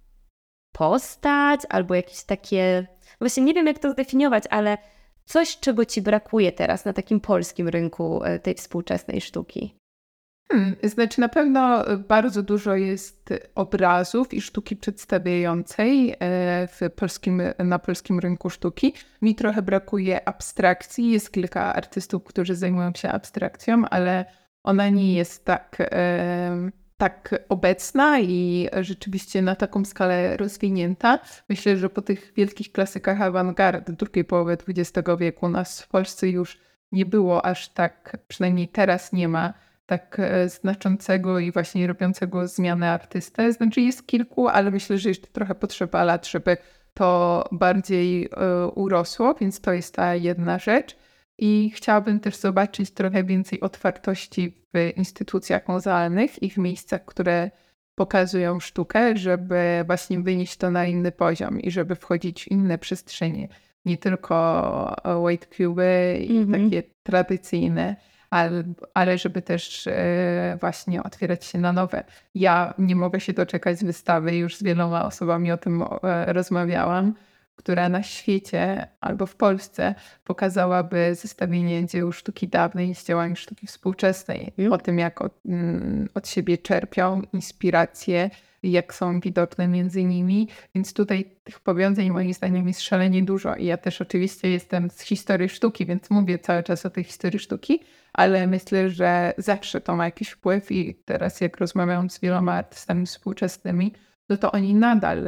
postać albo jakieś takie... Właśnie nie wiem, jak to zdefiniować, ale coś, czego ci brakuje teraz na takim polskim rynku tej współczesnej sztuki? Hmm, znaczy na pewno bardzo dużo jest obrazów i sztuki przedstawiającej w polskim, na polskim rynku sztuki. Mi trochę brakuje abstrakcji. Jest kilka artystów, którzy zajmują się abstrakcją, ale ona nie jest tak, e, tak obecna i rzeczywiście na taką skalę rozwinięta. Myślę, że po tych wielkich klasykach awangardy drugiej połowy dwudziestego wieku nas w Polsce już nie było aż tak, przynajmniej teraz nie ma, tak znaczącego i właśnie robiącego zmianę artystę. Znaczy jest kilku, ale myślę, że jeszcze trochę potrzeba lat, żeby to bardziej y, urosło, więc to jest ta jedna rzecz. I chciałabym też zobaczyć trochę więcej otwartości w instytucjach muzealnych i w miejscach, które pokazują sztukę, żeby właśnie wynieść to na inny poziom i żeby wchodzić w inne przestrzenie. Nie tylko white cube i mm-hmm. takie tradycyjne, ale, ale żeby też e, właśnie otwierać się na nowe. Ja nie mogę się doczekać z wystawy, już z wieloma osobami o tym e, rozmawiałam, która na świecie albo w Polsce pokazałaby zestawienie dzieł sztuki dawnej z dziełami sztuki współczesnej. Mm. O tym, jak od, mm, od siebie czerpią inspiracje, jak są widoczne między nimi. Więc tutaj tych powiązań moim zdaniem jest szalenie dużo. I ja też oczywiście jestem z historii sztuki, więc mówię cały czas o tej historii sztuki, ale myślę, że zawsze to ma jakiś wpływ i teraz jak rozmawiam z wieloma artystami współczesnymi, no to oni nadal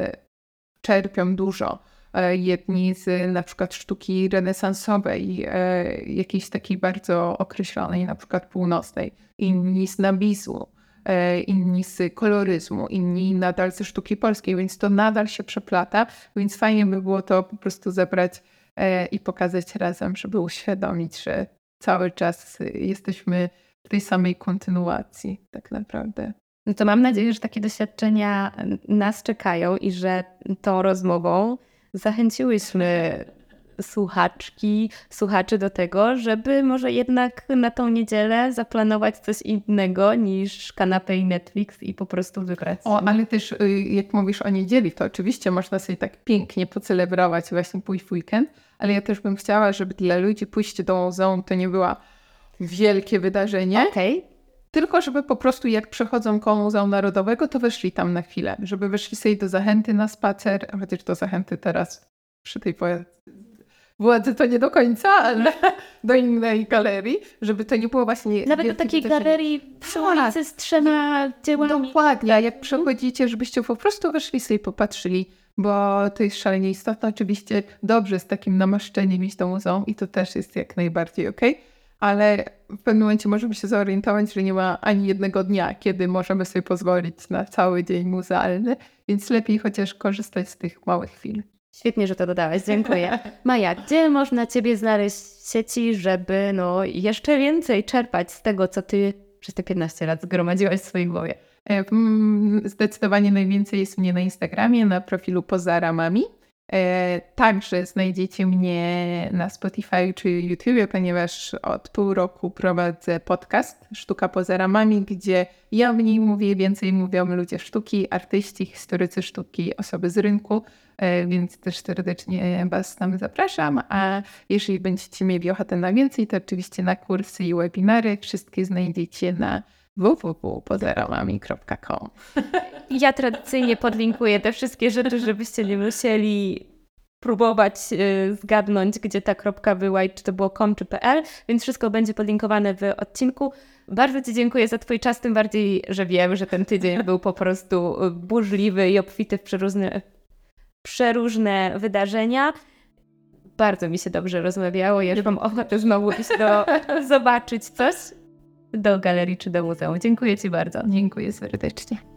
czerpią dużo. Jedni z na przykład sztuki renesansowej, jakiejś takiej bardzo określonej, na przykład północnej, inni z nabizu, inni z koloryzmu, inni nadal ze sztuki polskiej, więc to nadal się przeplata, więc fajnie by było to po prostu zebrać i pokazać razem, żeby uświadomić, że cały czas jesteśmy w tej samej kontynuacji tak naprawdę. No to mam nadzieję, że takie doświadczenia nas czekają i że tą rozmową zachęciłyśmy słuchaczki, słuchaczy do tego, żeby może jednak na tą niedzielę zaplanować coś innego niż kanapę i Netflix i po prostu wybrać. O, ale też jak mówisz o niedzieli, to oczywiście można sobie tak pięknie pocelebrować, właśnie pójść w weekend, ale ja też bym chciała, żeby dla ludzi pójście do muzeum to nie było wielkie wydarzenie. Okej. Okay. Tylko żeby po prostu jak przechodzą koło Muzeum Narodowego, to weszli tam na chwilę. Żeby weszli sobie do Zachęty na spacer, chociaż do Zachęty teraz przy tej władzy to nie do końca, ale do innej galerii, żeby to nie było właśnie... Nawet do takiej wydarzenie. Galerii przy ulicy z trzema dziełami. Dokładnie, a jak przechodzicie, żebyście po prostu weszli sobie popatrzyli, bo to jest szalenie istotne. Oczywiście dobrze z takim namaszczeniem iść do muzeum i to też jest jak najbardziej okej. Okay. Ale w pewnym momencie możemy się zorientować, że nie ma ani jednego dnia, kiedy możemy sobie pozwolić na cały dzień muzealny, więc lepiej chociaż korzystać z tych małych chwil. Świetnie, że to dodałaś, dziękuję. Maja, gdzie można Ciebie znaleźć w sieci, żeby no, jeszcze więcej czerpać z tego, co Ty przez te piętnaście lat zgromadziłaś w swojej głowie? Zdecydowanie najwięcej jest mnie na Instagramie, na profilu Poza Ramami. Także znajdziecie mnie na Spotify czy YouTube, ponieważ od pół roku prowadzę podcast Sztuka Poza Ramami, gdzie ja w niej mówię, więcej mówią ludzie sztuki, artyści, historycy sztuki, osoby z rynku, więc też serdecznie Was tam zapraszam. A jeżeli będziecie mieli ochotę na więcej, to oczywiście na kursy i webinary wszystkie znajdziecie na w w w kropka pozaramami kropka com. Ja tradycyjnie podlinkuję te wszystkie rzeczy, żebyście nie musieli próbować y, zgadnąć, gdzie ta kropka była i czy to było com czy pl, więc wszystko będzie podlinkowane w odcinku. Bardzo Ci dziękuję za Twój czas, tym bardziej, że wiem, że ten tydzień był po prostu burzliwy i obfity w przeróżne, przeróżne wydarzenia. Bardzo mi się dobrze rozmawiało. Ja już mam ochotę znowu iść do zobaczyć coś do galerii czy do muzeum. Dziękuję Ci bardzo. Dziękuję serdecznie.